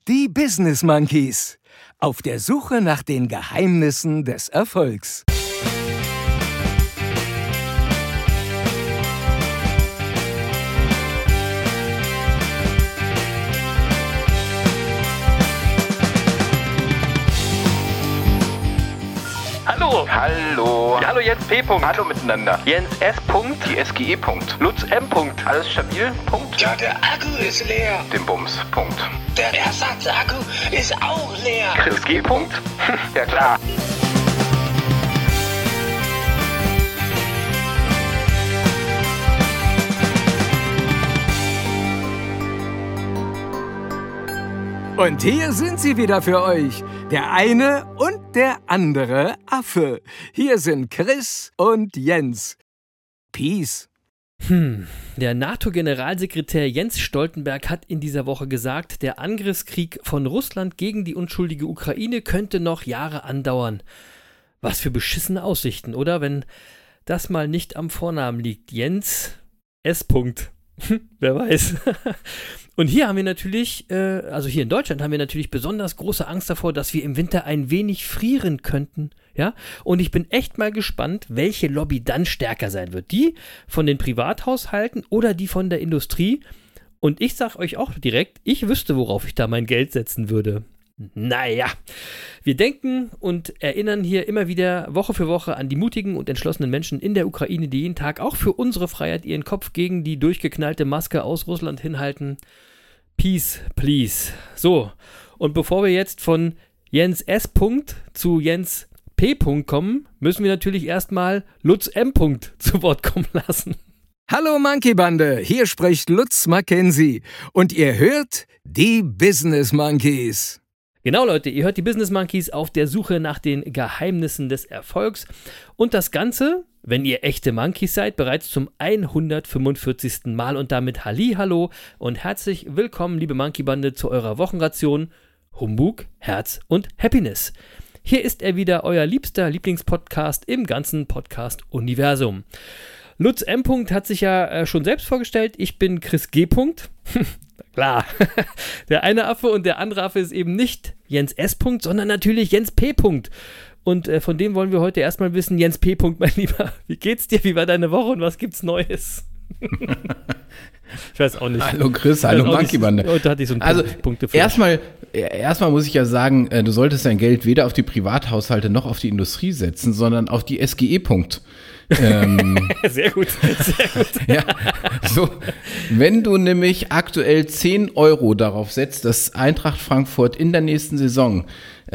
Die Business Monkeys. Auf der Suche nach den Geheimnissen des Erfolgs. Hallo. Hallo. Ja, hallo Jens P. Hallo miteinander. Jens S. Die SGE. Lutz M. Alles stabil. Ja, der Akku ist leer. Den Bums. Der Ersatzakku ist auch leer. Chris G. Ja klar. Und hier sind sie wieder für euch. Der eine und der andere Affe. Hier sind Chris und Jens. Peace. Der NATO-Generalsekretär Jens Stoltenberg hat in dieser Woche gesagt, der Angriffskrieg von Russland gegen die unschuldige Ukraine könnte noch Jahre andauern. Was für beschissene Aussichten, oder? Wenn das mal nicht am Vornamen liegt. Jens S. Wer weiß. Und hier haben wir natürlich, also hier in Deutschland haben wir natürlich besonders große Angst davor, dass wir im Winter ein wenig frieren könnten. Ja? Und ich bin echt mal gespannt, welche Lobby dann stärker sein wird. Die von den Privathaushalten oder die von der Industrie. Und ich sage euch auch direkt, ich wüsste, worauf ich da mein Geld setzen würde. Naja, wir denken und erinnern hier immer wieder Woche für Woche an die mutigen und entschlossenen Menschen in der Ukraine, die jeden Tag auch für unsere Freiheit ihren Kopf gegen die durchgeknallte Maske aus Russland hinhalten. Peace, please. So, und bevor wir jetzt von Jens S. zu Jens P. kommen, müssen wir natürlich erstmal Lutz M. zu Wort kommen lassen. Hallo Monkey Bande, hier spricht Lutz Mackenzie und ihr hört die Business Monkeys. Genau, Leute, ihr hört die Business Monkeys auf der Suche nach den Geheimnissen des Erfolgs. Und das Ganze, wenn ihr echte Monkeys seid, bereits zum 145. Mal. Und damit Hallihallo und herzlich willkommen, liebe Monkey-Bande, zu eurer Wochenration Humbug, Herz und Happiness. Hier ist er wieder, euer liebster Lieblingspodcast im ganzen Podcast-Universum. Lutz M. hat sich ja schon selbst vorgestellt. Ich bin Chris G. Klar, der eine Affe und der andere Affe ist eben nicht Jens S. sondern natürlich Jens P. Und von dem wollen wir heute erstmal wissen, Jens P. mein Lieber, wie geht's dir, wie war deine Woche und was gibt's Neues? Ich weiß auch nicht. Hallo Chris, hallo Monkey-Bande. Heute hatte ich so einen Punkte für. Erstmal muss ich ja sagen, du solltest dein Geld weder auf die Privathaushalte noch auf die Industrie setzen, sondern auf die SGE. Sehr gut, sehr gut. Ja, so, wenn du nämlich aktuell 10 Euro darauf setzt, dass Eintracht Frankfurt in der nächsten Saison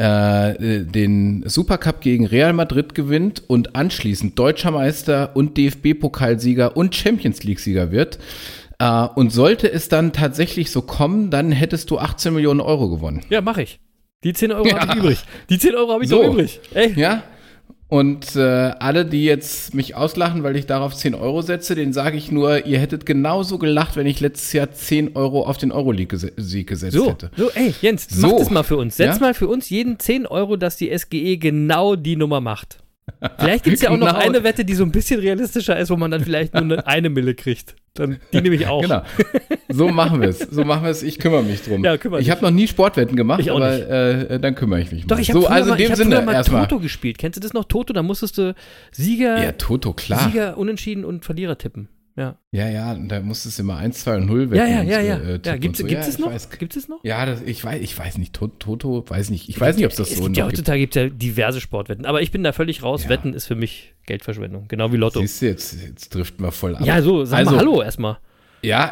den Supercup gegen Real Madrid gewinnt und anschließend Deutscher Meister und DFB-Pokalsieger und Champions-League-Sieger wird, und sollte es dann tatsächlich so kommen, dann hättest du 18 Millionen Euro gewonnen. Ja, mache ich. Die 10 Euro habe ich übrig. Die 10 Euro habe ich doch übrig. Ey. Ja. Und alle, die jetzt mich auslachen, weil ich darauf 10 Euro setze, denen sage ich nur, ihr hättet genauso gelacht, wenn ich letztes Jahr 10 Euro auf den Euroleague-Sieg gesetzt hätte. So, ey, Jens, mach das mal für uns. Setz mal für uns jeden 10 Euro, dass die SGE genau die Nummer macht. Vielleicht gibt es ja auch noch eine Wette, die so ein bisschen realistischer ist, wo man dann vielleicht nur eine Mille kriegt. Dann, die nehme ich auch. Genau. So machen wir es. Ich kümmere mich drum. Ja, ich habe noch nie Sportwetten gemacht, ich auch aber dann kümmere ich mich mal. Doch, ich habe früher mal erstmal Toto gespielt. Kennst du das noch, Toto? Da musstest du Sieger, ja, Toto, klar. Sieger, Unentschieden und Verlierer tippen. Ja, da musstest du immer 1, 2 und 0 wetten. Ja. Gibt es noch? Gibt es noch? Ja, ich weiß nicht. Toto, weiß nicht. Ich weiß nicht, ob es das so gibt. Heutzutage gibt es ja diverse Sportwetten. Aber ich bin da völlig raus. Ja. Wetten ist für mich Geldverschwendung. Genau wie Lotto. Siehst du, jetzt driften wir voll ab. Ja, so, sag mal Hallo erstmal. Ja.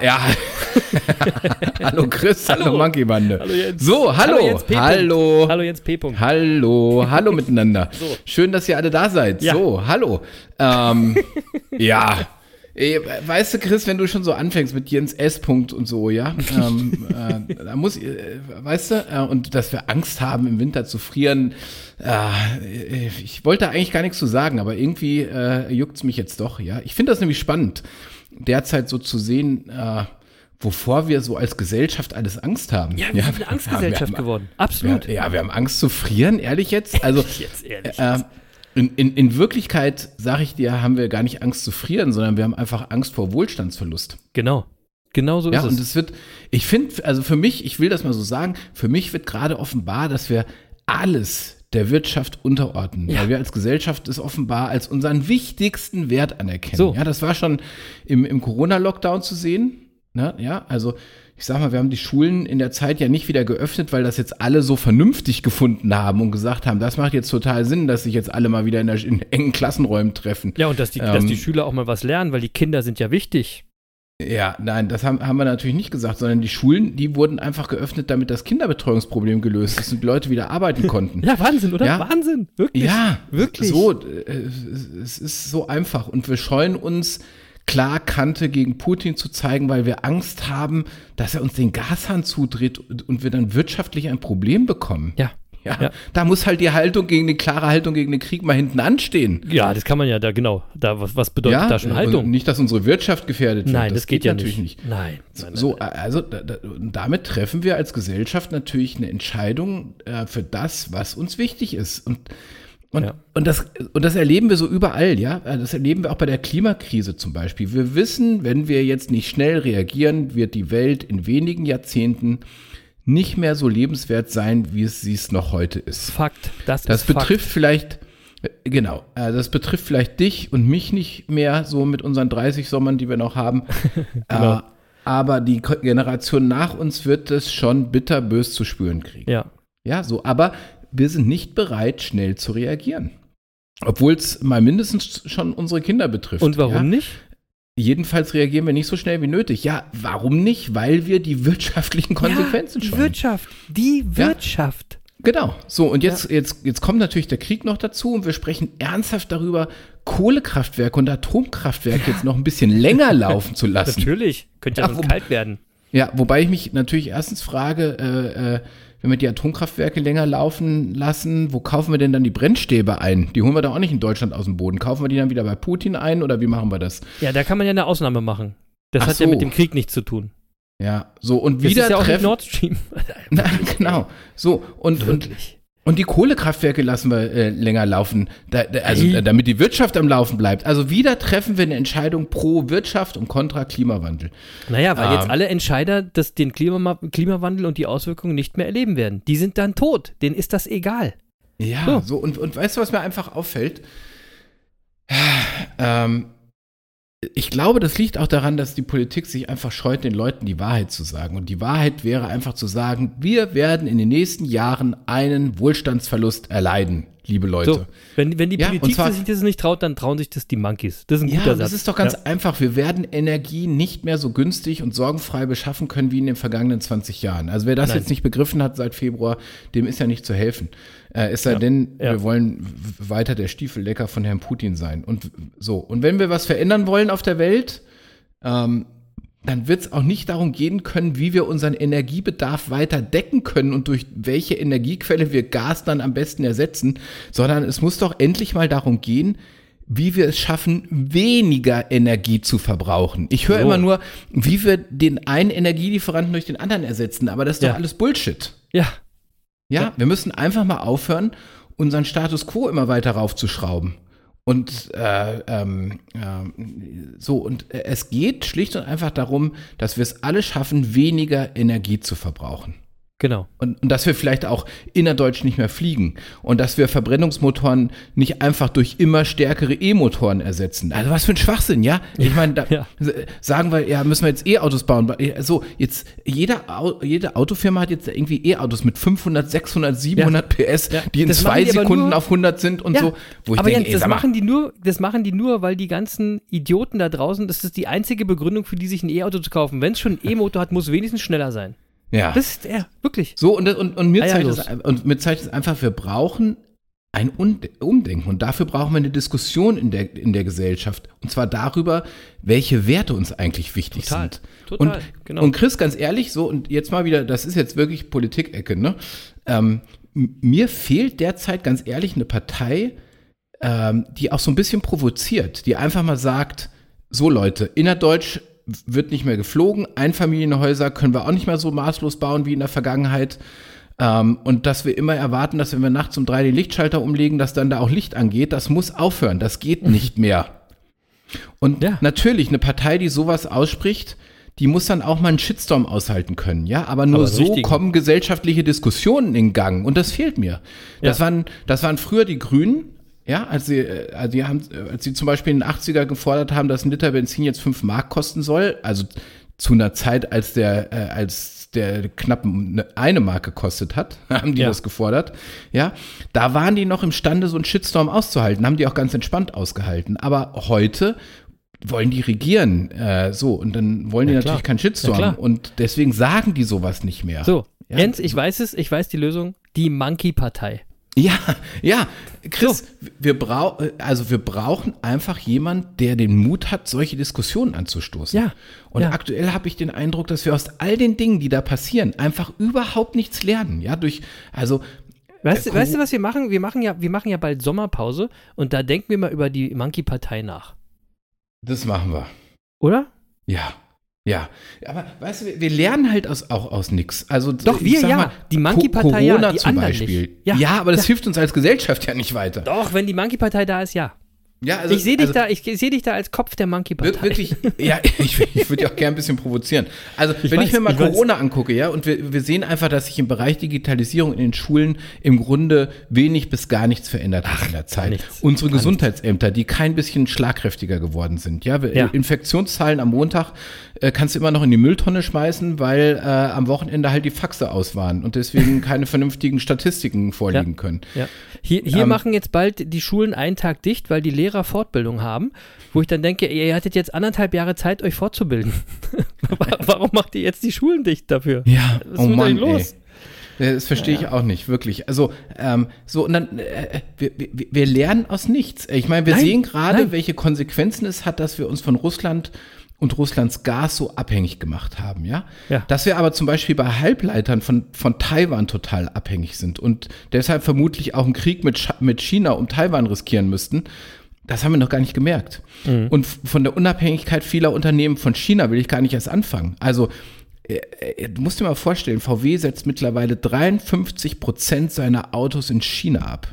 Hallo Chris, hallo Monkey-Bande. Hallo Jens. So, hallo. Hallo Jens P. Hallo miteinander. So. Schön, dass ihr alle da seid. Ja. So, hallo. Ja. Weißt du, Chris, wenn du schon so anfängst mit Jens S. und so, ja, da muss, weißt du, und dass wir Angst haben, im Winter zu frieren, ich wollte eigentlich gar nichts zu sagen, aber irgendwie juckt's mich jetzt doch, ja. Ich finde das nämlich spannend, derzeit so zu sehen, wovor wir so als Gesellschaft alles Angst haben. Ja, wir sind eine Angstgesellschaft geworden. Absolut. Wir haben Angst zu frieren, ehrlich jetzt. Also, ehrlich. In Wirklichkeit, sage ich dir, haben wir gar nicht Angst zu frieren, sondern wir haben einfach Angst vor Wohlstandsverlust. Genau. Genau so ist Ja, und es. es wird, ich finde, also für mich, ich will das mal so sagen, für mich wird gerade offenbar, dass wir alles der Wirtschaft unterordnen, Ja. weil wir als Gesellschaft es offenbar als unseren wichtigsten Wert anerkennen. So. Ja, das war schon im Corona-Lockdown zu sehen. Ne? Ja, also ich sag mal, wir haben die Schulen in der Zeit ja nicht wieder geöffnet, weil das jetzt alle so vernünftig gefunden haben und gesagt haben, das macht jetzt total Sinn, dass sich jetzt alle mal wieder in engen Klassenräumen treffen. Ja, und dass die Schüler auch mal was lernen, weil die Kinder sind ja wichtig. Ja, nein, das haben wir natürlich nicht gesagt, sondern die Schulen, die wurden einfach geöffnet, damit das Kinderbetreuungsproblem gelöst ist und die Leute wieder arbeiten konnten. Ja, Wahnsinn, oder? Ja. Wahnsinn, wirklich. Ja, wirklich. So, es ist so einfach und wir scheuen uns, klar Kante gegen Putin zu zeigen, weil wir Angst haben, dass er uns den Gashahn zudreht und wir dann wirtschaftlich ein Problem bekommen. Ja. Ja, da muss halt die klare Haltung gegen den Krieg mal hinten anstehen. Ja, das kann man ja da, genau. Was bedeutet da schon Haltung? Und nicht, dass unsere Wirtschaft gefährdet wird. Nein, das geht ja natürlich nicht. Nein. So, also damit treffen wir als Gesellschaft natürlich eine Entscheidung für das, was uns wichtig ist. Und das erleben wir so überall, ja. Das erleben wir auch bei der Klimakrise zum Beispiel. Wir wissen, wenn wir jetzt nicht schnell reagieren, wird die Welt in wenigen Jahrzehnten nicht mehr so lebenswert sein, wie sie es noch heute ist. Fakt. Das betrifft vielleicht, genau, das betrifft vielleicht dich und mich nicht mehr, so mit unseren 30 Sommern, die wir noch haben. Genau. Aber die Generation nach uns wird es schon bitterbös zu spüren kriegen. Ja. Ja, so, aber wir sind nicht bereit, schnell zu reagieren. Obwohl es mal mindestens schon unsere Kinder betrifft. Und warum nicht? Jedenfalls reagieren wir nicht so schnell wie nötig. Ja, warum nicht? Weil wir die wirtschaftlichen Konsequenzen scheuen. Die Wirtschaft. Genau. So, und jetzt kommt natürlich der Krieg noch dazu und wir sprechen ernsthaft darüber, Kohlekraftwerke und Atomkraftwerke jetzt noch ein bisschen länger laufen zu lassen. Natürlich. Könnte ja sonst kalt werden. Ja, wobei ich mich natürlich erstens frage, wenn wir die Atomkraftwerke länger laufen lassen, wo kaufen wir denn dann die Brennstäbe ein? Die holen wir doch auch nicht in Deutschland aus dem Boden. Kaufen wir die dann wieder bei Putin ein oder wie machen wir das? Ja, da kann man ja eine Ausnahme machen. Das Ach hat ja mit dem Krieg nichts zu tun. Ja, so und Das wieder ist ja auch nicht treffen. Nord Stream. Nein, genau. So und die Kohlekraftwerke lassen wir länger laufen, damit die Wirtschaft am Laufen bleibt. Also wieder treffen wir eine Entscheidung pro Wirtschaft und kontra Klimawandel. Naja, weil jetzt alle Entscheider den Klimawandel und die Auswirkungen nicht mehr erleben werden. Die sind dann tot. Denen ist das egal. Ja, so und weißt du, was mir einfach auffällt? Ich glaube, das liegt auch daran, dass die Politik sich einfach scheut, den Leuten die Wahrheit zu sagen. Und die Wahrheit wäre einfach zu sagen, wir werden in den nächsten Jahren einen Wohlstandsverlust erleiden, liebe Leute. So, wenn die Politik sich das nicht traut, dann trauen sich das die Monkeys. Das ist ein guter Satz. Das ist doch ganz einfach. Wir werden Energie nicht mehr so günstig und sorgenfrei beschaffen können wie in den vergangenen 20 Jahren. Also wer das jetzt nicht begriffen hat seit Februar, dem ist ja nicht zu helfen. Es sei denn, wir wollen weiter der Stiefellecker von Herrn Putin sein. Und so. Und wenn wir was verändern wollen auf der Welt, dann wird es auch nicht darum gehen können, wie wir unseren Energiebedarf weiter decken können und durch welche Energiequelle wir Gas dann am besten ersetzen, sondern es muss doch endlich mal darum gehen, wie wir es schaffen, weniger Energie zu verbrauchen. Ich höre immer nur, wie wir den einen Energielieferanten durch den anderen ersetzen, aber das ist doch alles Bullshit. Ja, wir müssen einfach mal aufhören, unseren Status quo immer weiter raufzuschrauben. Und es geht schlicht und einfach darum, dass wir es alle schaffen, weniger Energie zu verbrauchen. Genau. Und dass wir vielleicht auch innerdeutsch nicht mehr fliegen und dass wir Verbrennungsmotoren nicht einfach durch immer stärkere E-Motoren ersetzen. Also was für ein Schwachsinn, ja? Ich meine, sagen wir, müssen wir jetzt E-Autos bauen. So, jetzt jede Autofirma hat jetzt irgendwie E-Autos mit 500, 600, 700 PS, die in 2 Sekunden auf 100 sind und so. Wo ich aber denke, Jens, das machen die nur, weil die ganzen Idioten da draußen, das ist die einzige Begründung für die, sich ein E-Auto zu kaufen. Wenn es schon einen E-Motor hat, muss wenigstens schneller sein. Ja. Das ist wirklich. So, und mir zeigt es einfach, wir brauchen ein Umdenken. Und dafür brauchen wir eine Diskussion in der Gesellschaft. Und zwar darüber, welche Werte uns eigentlich wichtig sind. Total, genau. Und Chris, ganz ehrlich, so, und jetzt mal wieder, das ist jetzt wirklich Politik-Ecke, ne? Mir fehlt derzeit ganz ehrlich eine Partei, die auch so ein bisschen provoziert, die einfach mal sagt, so Leute, innerdeutsch wird nicht mehr geflogen, Einfamilienhäuser können wir auch nicht mehr so maßlos bauen wie in der Vergangenheit. Und dass wir immer erwarten, dass wenn wir nachts um 3 den Lichtschalter umlegen, dass dann da auch Licht angeht, das muss aufhören, das geht nicht mehr. Und natürlich, eine Partei, die sowas ausspricht, die muss dann auch mal einen Shitstorm aushalten können, ja, aber nur so richtig. kommen gesellschaftliche Diskussionen in Gang und das fehlt mir. Das waren früher die Grünen, ja, als sie zum Beispiel in den 80er gefordert haben, dass ein Liter Benzin jetzt 5 Mark kosten soll, also zu einer Zeit, als der knapp 1 Mark gekostet hat, haben die das gefordert. Ja, da waren die noch imstande, so einen Shitstorm auszuhalten, haben die auch ganz entspannt ausgehalten. Aber heute wollen die regieren, und dann wollen die natürlich keinen Shitstorm. Und deswegen sagen die sowas nicht mehr. So, ja? Jens, ich weiß die Lösung. Die Monkey-Partei. Ja, Chris, wir brauchen einfach jemanden, der den Mut hat, solche Diskussionen anzustoßen. Ja. Und aktuell habe ich den Eindruck, dass wir aus all den Dingen, die da passieren, einfach überhaupt nichts lernen. Ja, weißt du, was wir machen? Wir machen ja bald Sommerpause und da denken wir mal über die Monkey-Partei nach. Das machen wir. Oder? Ja, aber weißt du, wir lernen halt auch aus nix. Also doch, die Monkey-Partei Corona die zum anderen Beispiel. Nicht. Ja, aber das hilft uns als Gesellschaft ja nicht weiter. Doch, wenn die Monkey-Partei da ist, ja. Ja, also, ich sehe dich da als Kopf der Monkey-Partei. Wirklich, ja, ich würde dich auch gerne ein bisschen provozieren. Also, wenn ich mir mal Corona angucke, ja, und wir sehen einfach, dass sich im Bereich Digitalisierung in den Schulen im Grunde wenig bis gar nichts verändert hat in der Zeit. Unsere Gesundheitsämter, die kein bisschen schlagkräftiger geworden sind. Ja, Infektionszahlen am Montag kannst du immer noch in die Mülltonne schmeißen, weil am Wochenende halt die Faxe aus waren und deswegen keine vernünftigen Statistiken vorliegen können. Ja. Hier machen jetzt bald die Schulen einen Tag dicht, weil die Lehrer Fortbildung haben, wo ich dann denke, ihr hattet jetzt 1,5 Jahre Zeit, euch fortzubilden. Warum macht ihr jetzt die Schulen dicht dafür? Ja, was ist denn los? Das verstehe ich auch nicht, wirklich. Also, und dann, wir lernen aus nichts. Ich meine, wir sehen gerade, welche Konsequenzen es hat, dass wir uns von Russland und Russlands Gas so abhängig gemacht haben, ja? Dass wir aber zum Beispiel bei Halbleitern von Taiwan total abhängig sind und deshalb vermutlich auch einen Krieg mit China um Taiwan riskieren müssten, das haben wir noch gar nicht gemerkt. Mhm. Und von der Unabhängigkeit vieler Unternehmen von China will ich gar nicht erst anfangen. Also, du musst dir mal vorstellen, VW setzt mittlerweile 53% seiner Autos in China ab.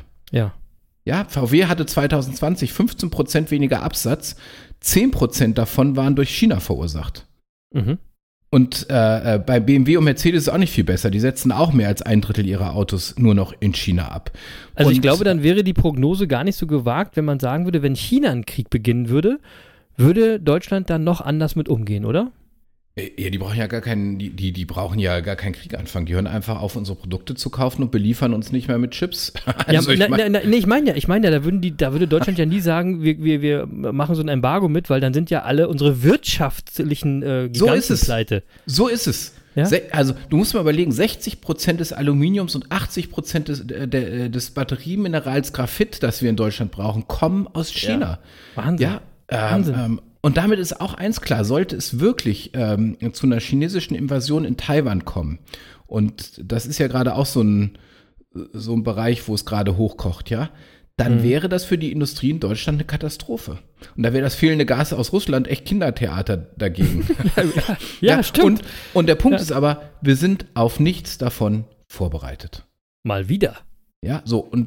Ja, VW hatte 2020 15% weniger Absatz, 10% davon waren durch China verursacht. Mhm. Und bei BMW und Mercedes ist es auch nicht viel besser. Die setzen auch mehr als 1/3 ihrer Autos nur noch in China ab. Also ich glaube, dann wäre die Prognose gar nicht so gewagt, wenn man sagen würde, wenn China einen Krieg beginnen würde, würde Deutschland dann noch anders mit umgehen, oder? Ja, die brauchen ja gar keinen, die brauchen ja gar keinen Krieg anfangen. Die hören einfach auf, unsere Produkte zu kaufen und beliefern uns nicht mehr mit Chips. Also ich meine ja, da würde Deutschland ja nie sagen, wir machen so ein Embargo mit, weil dann sind ja alle unsere wirtschaftlichen Giganten pleite. So ist es. Ja? Also du musst mal überlegen, 60% des Aluminiums und 80% des Batterieminerals Graphit, das wir in Deutschland brauchen, kommen aus China. Ja. Wahnsinn. Ja, Wahnsinn. Und damit ist auch eins klar, sollte es wirklich zu einer chinesischen Invasion in Taiwan kommen, und das ist ja gerade auch so ein Bereich, wo es gerade hochkocht, ja, dann wäre das für die Industrie in Deutschland eine Katastrophe. Und da wäre das fehlende Gas aus Russland echt Kindertheater dagegen. Ja, stimmt. Und der Punkt ist aber, wir sind auf nichts davon vorbereitet. Mal wieder. Ja, so, und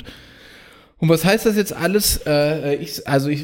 was heißt das jetzt alles? Ich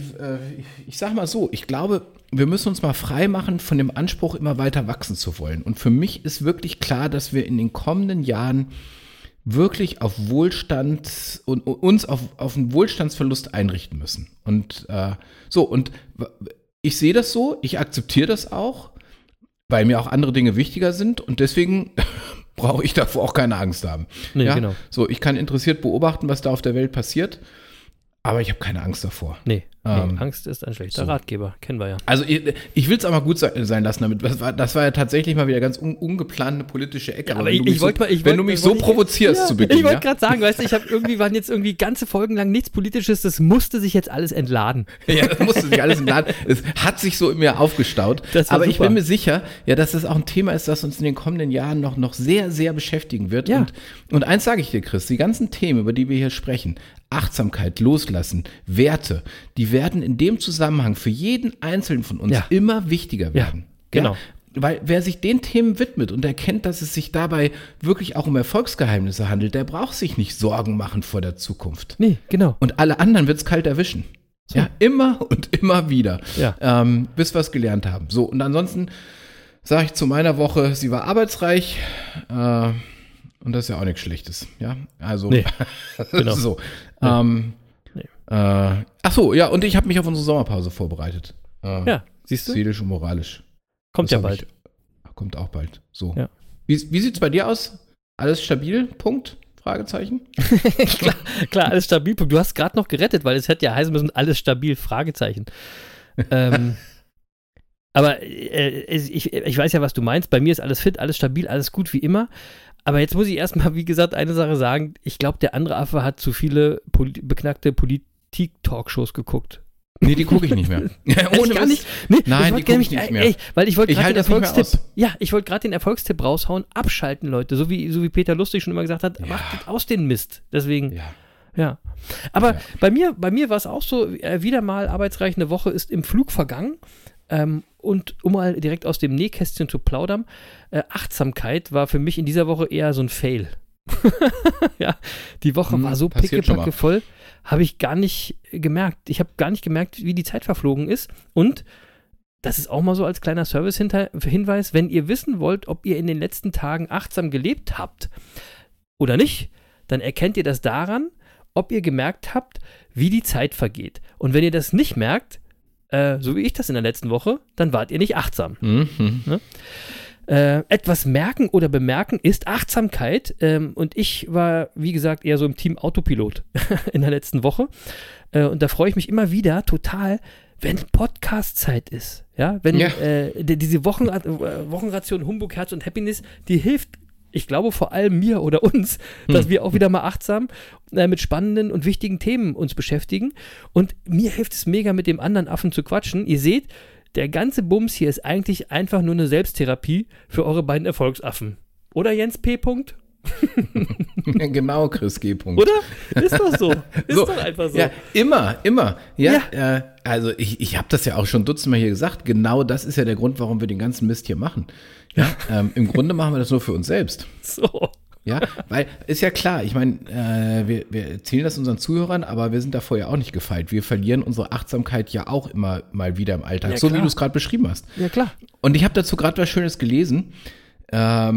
sag mal so, ich glaube, wir müssen uns mal frei machen von dem Anspruch, immer weiter wachsen zu wollen. Und für mich ist wirklich klar, dass wir in den kommenden Jahren wirklich auf Wohlstand und uns auf einen Wohlstandsverlust einrichten müssen. Und und ich sehe das so, ich akzeptiere das auch, weil mir auch andere Dinge wichtiger sind, und deswegen brauche ich davor auch keine Angst haben. Nee, ja? Genau. So, ich kann interessiert beobachten, was da auf der Welt passiert, aber ich habe keine Angst davor. Nee, Angst ist ein schlechter Ratgeber, kennen wir ja. Also ich will es aber gut sein lassen damit. Das war ja tatsächlich mal wieder ganz ungeplant eine politische Ecke. Ja, aber wenn du mich so provozierst zu Beginn. Ich wollte gerade sagen, weißt du, waren jetzt irgendwie ganze Folgen lang nichts Politisches, das musste sich jetzt alles entladen. Ja, das musste sich alles entladen. Es hat sich so in mir aufgestaut. Aber ich bin mir sicher, ja, dass das auch ein Thema ist, das uns in den kommenden Jahren noch sehr, sehr beschäftigen wird. Ja. Und eins sage ich dir, Chris, die ganzen Themen, über die wir hier sprechen, Achtsamkeit, Loslassen, Werte, die werden in dem Zusammenhang für jeden Einzelnen von uns immer wichtiger werden. Ja, genau. Ja? Weil wer sich den Themen widmet und erkennt, dass es sich dabei wirklich auch um Erfolgsgeheimnisse handelt, der braucht sich nicht Sorgen machen vor der Zukunft. Nee, genau. Und alle anderen wird es kalt erwischen. So. Ja, immer und immer wieder, bis wir es gelernt haben. So, und ansonsten sage ich zu meiner Woche, sie war arbeitsreich. Und das ist ja auch nichts Schlechtes. Ja, also Nee, genau. so. Nee. Ach so, ja, und ich habe mich auf unsere Sommerpause vorbereitet. Ja, siehst du? Seelisch und moralisch. Kommt Das ja hab bald. Kommt auch bald. So. Ja. Wie sieht es bei dir aus? Alles stabil? Punkt? Fragezeichen? Klar, alles stabil. Du hast gerade noch gerettet, weil es hätte ja heißen müssen, alles stabil, Fragezeichen. Aber ich weiß ja, was du meinst. Bei mir ist alles fit, alles stabil, alles gut wie immer. Aber jetzt muss ich erstmal, wie gesagt, eine Sache sagen. Ich glaube, der andere Affe hat zu viele beknackte Politik-Talkshows geguckt. Nee, die gucke ich nicht mehr. Ohne gar nicht. Nee, Nein, die gucke ich nicht mehr. Weil ich wollte Ich gerade halte den das nicht mehr Erfolgstipp. aus. Ja, ich wollte gerade den Erfolgstipp raushauen. Abschalten, Leute. So wie Peter Lustig schon immer gesagt hat, macht aus den Mist. Deswegen. Ja. Aber bei mir war es auch so, wieder mal arbeitsreich eine Woche ist im Flug vergangen. Und um mal direkt aus dem Nähkästchen zu plaudern, Achtsamkeit war für mich in dieser Woche eher so ein Fail. Ja, die Woche war so passiert schon mal. pickepacke voll, habe ich gar nicht gemerkt. Ich habe gar nicht gemerkt, wie die Zeit verflogen ist. Und das ist auch mal so als kleiner Service-Hinweis, wenn ihr wissen wollt, ob ihr in den letzten Tagen achtsam gelebt habt oder nicht, dann erkennt ihr das daran, ob ihr gemerkt habt, wie die Zeit vergeht. Und wenn ihr das nicht merkt, so wie ich das in der letzten Woche, dann wart ihr nicht achtsam. Mhm. Ne? Etwas merken oder bemerken ist Achtsamkeit. Und ich war, wie gesagt, eher so im Team Autopilot in der letzten Woche. Und da freue ich mich immer wieder total, wenn Podcast-Zeit ist. Ja, wenn diese Wochenration Humbug, Herz und Happiness, die hilft, ich glaube vor allem mir oder uns, dass wir auch wieder mal achtsam mit spannenden und wichtigen Themen uns beschäftigen. Und mir hilft es mega, mit dem anderen Affen zu quatschen. Ihr seht, der ganze Bums hier ist eigentlich einfach nur eine Selbsttherapie für eure beiden Erfolgsaffen. Oder Jens P. Punkt? Genau, Chris G. Punkt. Oder? Ist doch so. Ist doch einfach so. Ja, immer. Ja. Also ich habe das ja auch schon dutzendmal hier gesagt. Genau das ist ja der Grund, warum wir den ganzen Mist hier machen. Ja, im Grunde machen wir das nur für uns selbst. So. Ja, weil ist ja klar, ich meine, wir erzählen das unseren Zuhörern, aber wir sind davor ja auch nicht gefeit. Wir verlieren unsere Achtsamkeit ja auch immer mal wieder im Alltag, Ja, so wie klar. du es gerade beschrieben hast. Ja, klar. Und ich habe dazu gerade was Schönes gelesen. Es war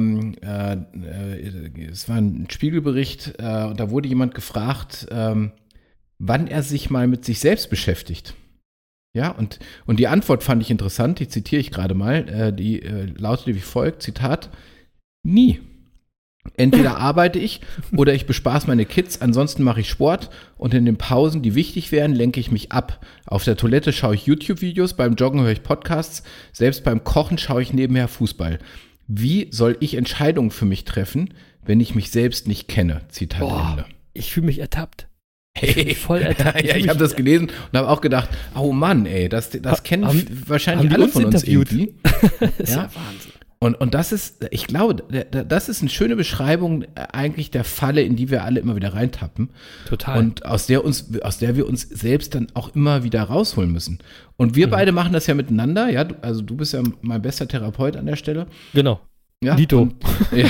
ein Spiegelbericht und da wurde jemand gefragt, wann er sich mal mit sich selbst beschäftigt. Ja, und die Antwort fand ich interessant, die zitiere ich gerade mal, die lautete wie folgt, Zitat, nie. Entweder arbeite ich oder ich bespaß meine Kids, ansonsten mache ich Sport und in den Pausen, die wichtig wären, lenke ich mich ab. Auf der Toilette schaue ich YouTube-Videos, beim Joggen höre ich Podcasts, selbst beim Kochen schaue ich nebenher Fußball. Wie soll ich Entscheidungen für mich treffen, wenn ich mich selbst nicht kenne? Zitat Ende. Ich fühle mich ertappt. Hey, voll ertappt. ja, ich habe das gelesen und habe auch gedacht, oh Mann, ey, das kennen wahrscheinlich alle von uns irgendwie. Das ist Ja? ja Wahnsinn. Und das ist, ich glaube, das ist eine schöne Beschreibung eigentlich der Falle, in die wir alle immer wieder reintappen. Total. Und aus der wir uns selbst dann auch immer wieder rausholen müssen. Und wir beide machen das ja miteinander, ja, also du bist ja mein bester Therapeut an der Stelle. Genau. Ja, Dito. Ja.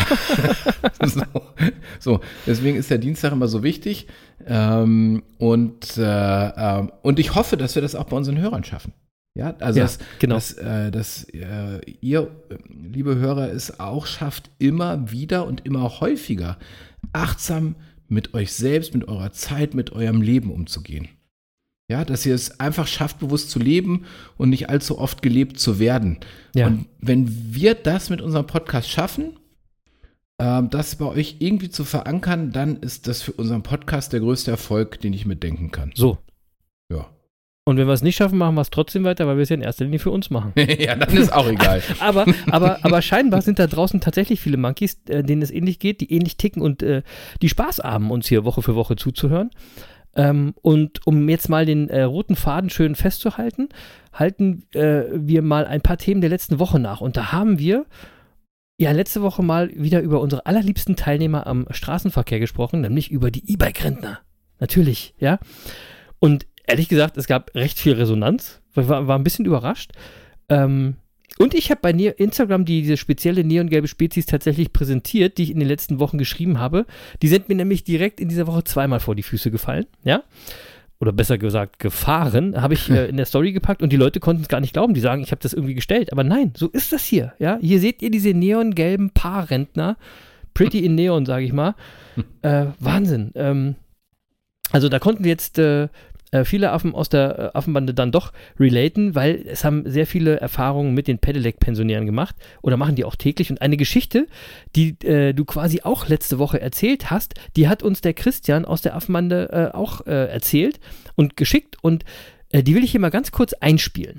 So, deswegen ist der Dienstag immer so wichtig. Und ich hoffe, dass wir das auch bei unseren Hörern schaffen. Ja, also Ja, genau. dass ihr, liebe Hörer, es auch schafft, immer wieder und immer häufiger achtsam mit euch selbst, mit eurer Zeit, mit eurem Leben umzugehen. Ja, dass ihr es einfach schafft, bewusst zu leben und nicht allzu oft gelebt zu werden. Ja. Und wenn wir das mit unserem Podcast schaffen, das bei euch irgendwie zu verankern, dann ist das für unseren Podcast der größte Erfolg, den ich mitdenken kann. So. Ja. Und wenn wir es nicht schaffen, machen wir es trotzdem weiter, weil wir es ja in erster Linie für uns machen. Ja, dann ist auch egal. aber scheinbar sind da draußen tatsächlich viele Monkeys, denen es ähnlich geht, die ähnlich ticken und die Spaß haben, uns hier Woche für Woche zuzuhören. Und um jetzt mal den roten Faden schön festzuhalten, halten wir mal ein paar Themen der letzten Woche nach. Und da haben wir ja letzte Woche mal wieder über unsere allerliebsten Teilnehmer am Straßenverkehr gesprochen, nämlich über die E-Bike-Rentner. Natürlich, ja. Und ehrlich gesagt, es gab recht viel Resonanz. War ein bisschen überrascht. Und ich habe bei Instagram diese spezielle neongelbe Spezies tatsächlich präsentiert, die ich in den letzten Wochen geschrieben habe. Die sind mir nämlich direkt in dieser Woche zweimal vor die Füße gefallen. Ja? oder besser gesagt gefahren, habe ich in der Story gepackt und die Leute konnten es gar nicht glauben. Die sagen, ich habe das irgendwie gestellt. Aber nein, so ist das hier. Ja? Hier seht ihr diese neongelben Paarrentner. Pretty in Neon, sage ich mal. Wahnsinn. Also da konnten wir jetzt viele Affen aus der Affenbande dann doch relaten, weil es haben sehr viele Erfahrungen mit den Pedelec-Pensionären gemacht oder machen die auch täglich. Und eine Geschichte, die du quasi auch letzte Woche erzählt hast, die hat uns der Christian aus der Affenbande auch erzählt und geschickt und die will ich hier mal ganz kurz einspielen.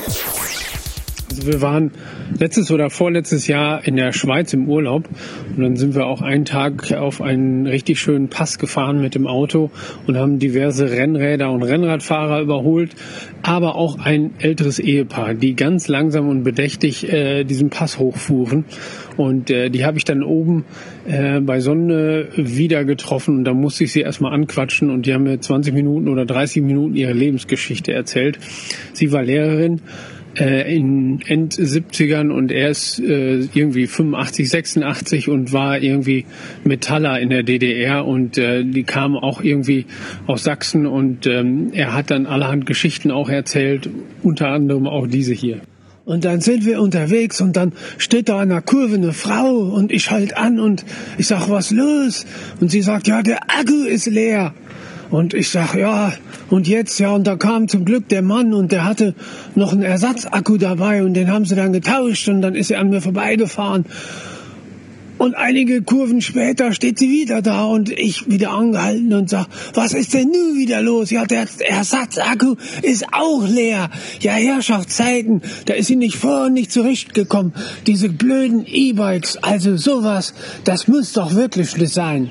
Also wir waren letztes oder vorletztes Jahr in der Schweiz im Urlaub und dann sind wir auch einen Tag auf einen richtig schönen Pass gefahren mit dem Auto und haben diverse Rennräder und Rennradfahrer überholt, aber auch ein älteres Ehepaar, die ganz langsam und bedächtig diesen Pass hochfuhren und die habe ich dann oben bei Sonne wieder getroffen und da musste ich sie erstmal anquatschen und die haben mir 20 Minuten oder 30 Minuten ihre Lebensgeschichte erzählt. Sie war Lehrerin in End 70ern und er ist irgendwie 85, 86 und war irgendwie Metaller in der DDR und die kamen auch irgendwie aus Sachsen und er hat dann allerhand Geschichten auch erzählt, unter anderem auch diese hier. Und dann sind wir unterwegs und dann steht da an der Kurve eine Frau und ich halt an und ich sag, was los? Und sie sagt, ja, der Akku ist leer. Und ich sag, ja, und jetzt, ja, und da kam zum Glück der Mann und der hatte noch einen Ersatzakku dabei und den haben sie dann getauscht und dann ist er an mir vorbeigefahren. Und einige Kurven später steht sie wieder da und ich wieder angehalten und sag, was ist denn nun wieder los? Ja, der Ersatzakku ist auch leer. Ja, Herrschaftszeiten, da ist sie nicht vor und nicht zurechtgekommen. Diese blöden E-Bikes, also sowas, das muss doch wirklich Schluss sein.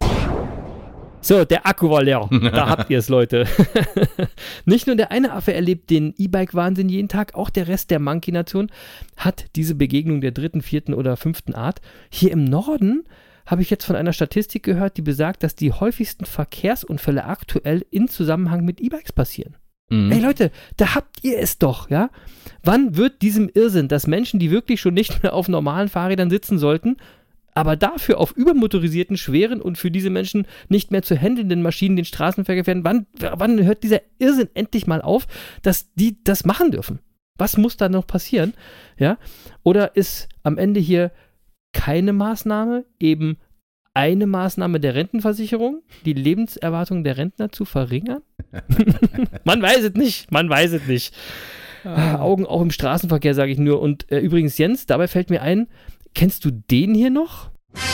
So, der Akku war leer. Da habt ihr es, Leute. Nicht nur der eine Affe erlebt den E-Bike-Wahnsinn jeden Tag, auch der Rest der Monkey-Nation hat diese Begegnung der 3., 4. oder 5. Art. Hier im Norden habe ich jetzt von einer Statistik gehört, die besagt, dass die häufigsten Verkehrsunfälle aktuell in Zusammenhang mit E-Bikes passieren. Ey Leute, da habt ihr es doch, ja? Wann wird diesem Irrsinn, dass Menschen, die wirklich schon nicht mehr auf normalen Fahrrädern sitzen sollten, aber dafür auf übermotorisierten, schweren und für diese Menschen nicht mehr zu handelnden Maschinen den Straßenverkehr gefährden, wann hört dieser Irrsinn endlich mal auf, dass die das machen dürfen? Was muss da noch passieren? Ja? Oder ist am Ende hier keine Maßnahme, eben eine Maßnahme der Rentenversicherung, die Lebenserwartung der Rentner zu verringern? Man weiß es nicht. Augen auch im Straßenverkehr, sage ich nur. Und übrigens, Jens, dabei fällt mir ein, kennst du den hier noch?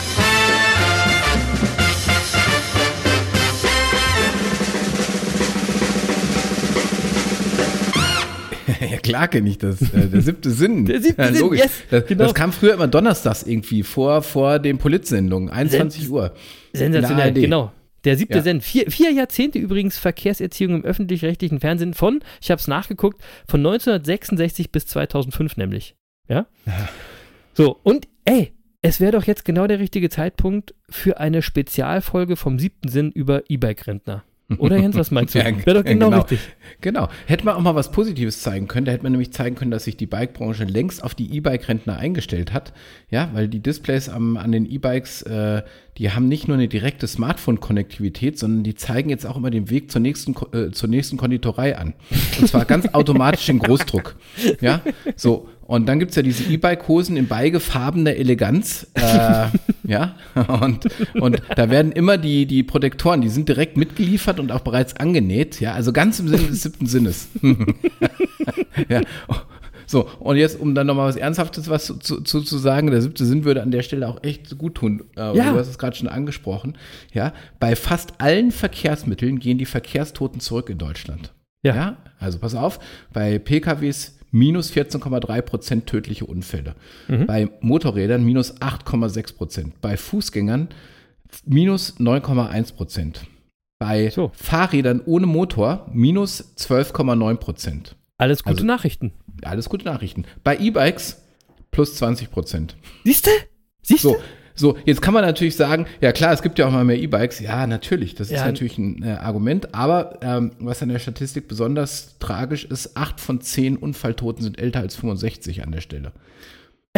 Ja, klar kenne ich das. Der 7. Sinn. Der 7. Sinn, logisch. yes, Das kam früher immer donnerstags irgendwie vor den Politsendungen, 21 Uhr. Sensationell, genau. Der 7. Sinn. 4 Jahrzehnte übrigens Verkehrserziehung im öffentlich-rechtlichen Fernsehen von, ich habe es nachgeguckt, von 1966 bis 2005 nämlich. Ja? So, und es wäre doch jetzt genau der richtige Zeitpunkt für eine Spezialfolge vom 7. Sinn über E-Bike-Rentner. Oder Jens, was meinst du? Wäre doch genau richtig. Genau. Hätte man auch mal was Positives zeigen können. Da hätte man nämlich zeigen können, dass sich die Bike-Branche längst auf die E-Bike-Rentner eingestellt hat. Ja, weil die Displays an den E-Bikes, die haben nicht nur eine direkte Smartphone-Konnektivität, sondern die zeigen jetzt auch immer den Weg zur nächsten Konditorei an. Und zwar ganz automatisch in Großdruck. Ja, so. Und dann gibt's ja diese E-Bike-Hosen in beigefarbener Eleganz. Ja, und da werden immer die Protektoren, die sind direkt mitgeliefert und auch bereits angenäht. Ja, also ganz im Sinne des 7. Sinnes. Ja. So, und jetzt, um dann nochmal was Ernsthaftes zu sagen, der 7. Sinn würde an der Stelle auch echt gut tun. Du hast es gerade schon angesprochen. Ja, bei fast allen Verkehrsmitteln gehen die Verkehrstoten zurück in Deutschland. Ja, also pass auf, bei PKWs minus 14,3% tödliche Unfälle. Bei Motorrädern minus 8,6%. Bei Fußgängern minus 9,1%. Bei Fahrrädern ohne Motor minus 12,9%. Alles gute Nachrichten. Alles gute Nachrichten. Bei E-Bikes plus 20%. Siehst du? So, jetzt kann man natürlich sagen, ja klar, es gibt ja auch mal mehr E-Bikes. Ja, natürlich, das ist natürlich ein Argument. Aber was an der Statistik besonders tragisch ist, 8 von 10 Unfalltoten sind älter als 65 an der Stelle.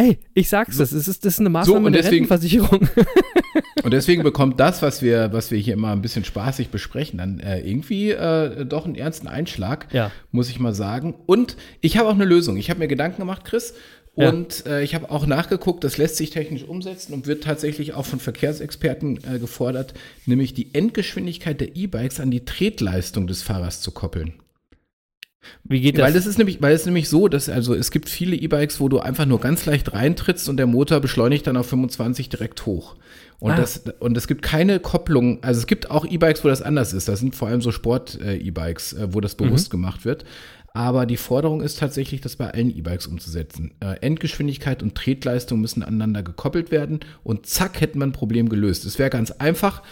Ey, ich sag's, das ist eine Maßnahme und der deswegen- Rentenversicherung. Und deswegen bekommt das, was wir hier immer ein bisschen spaßig besprechen, dann irgendwie doch einen ernsten Einschlag, Ja. muss ich mal sagen. Und ich habe auch eine Lösung. Ich habe mir Gedanken gemacht, Chris, und ich habe auch nachgeguckt, das lässt sich technisch umsetzen und wird tatsächlich auch von Verkehrsexperten gefordert, nämlich die Endgeschwindigkeit der E-Bikes an die Tretleistung des Fahrers zu koppeln. Wie geht das? Weil es nämlich so, dass also es gibt viele E-Bikes, wo du einfach nur ganz leicht reintrittst und der Motor beschleunigt dann auf 25 direkt hoch. Und es gibt keine Kopplung, also es gibt auch E-Bikes, wo das anders ist. Das sind vor allem so Sport-E-Bikes, wo das bewusst gemacht wird. Aber die Forderung ist tatsächlich, das bei allen E-Bikes umzusetzen. Endgeschwindigkeit und Tretleistung müssen aneinander gekoppelt werden und zack, hätten wir ein Problem gelöst. Es wäre ganz einfach.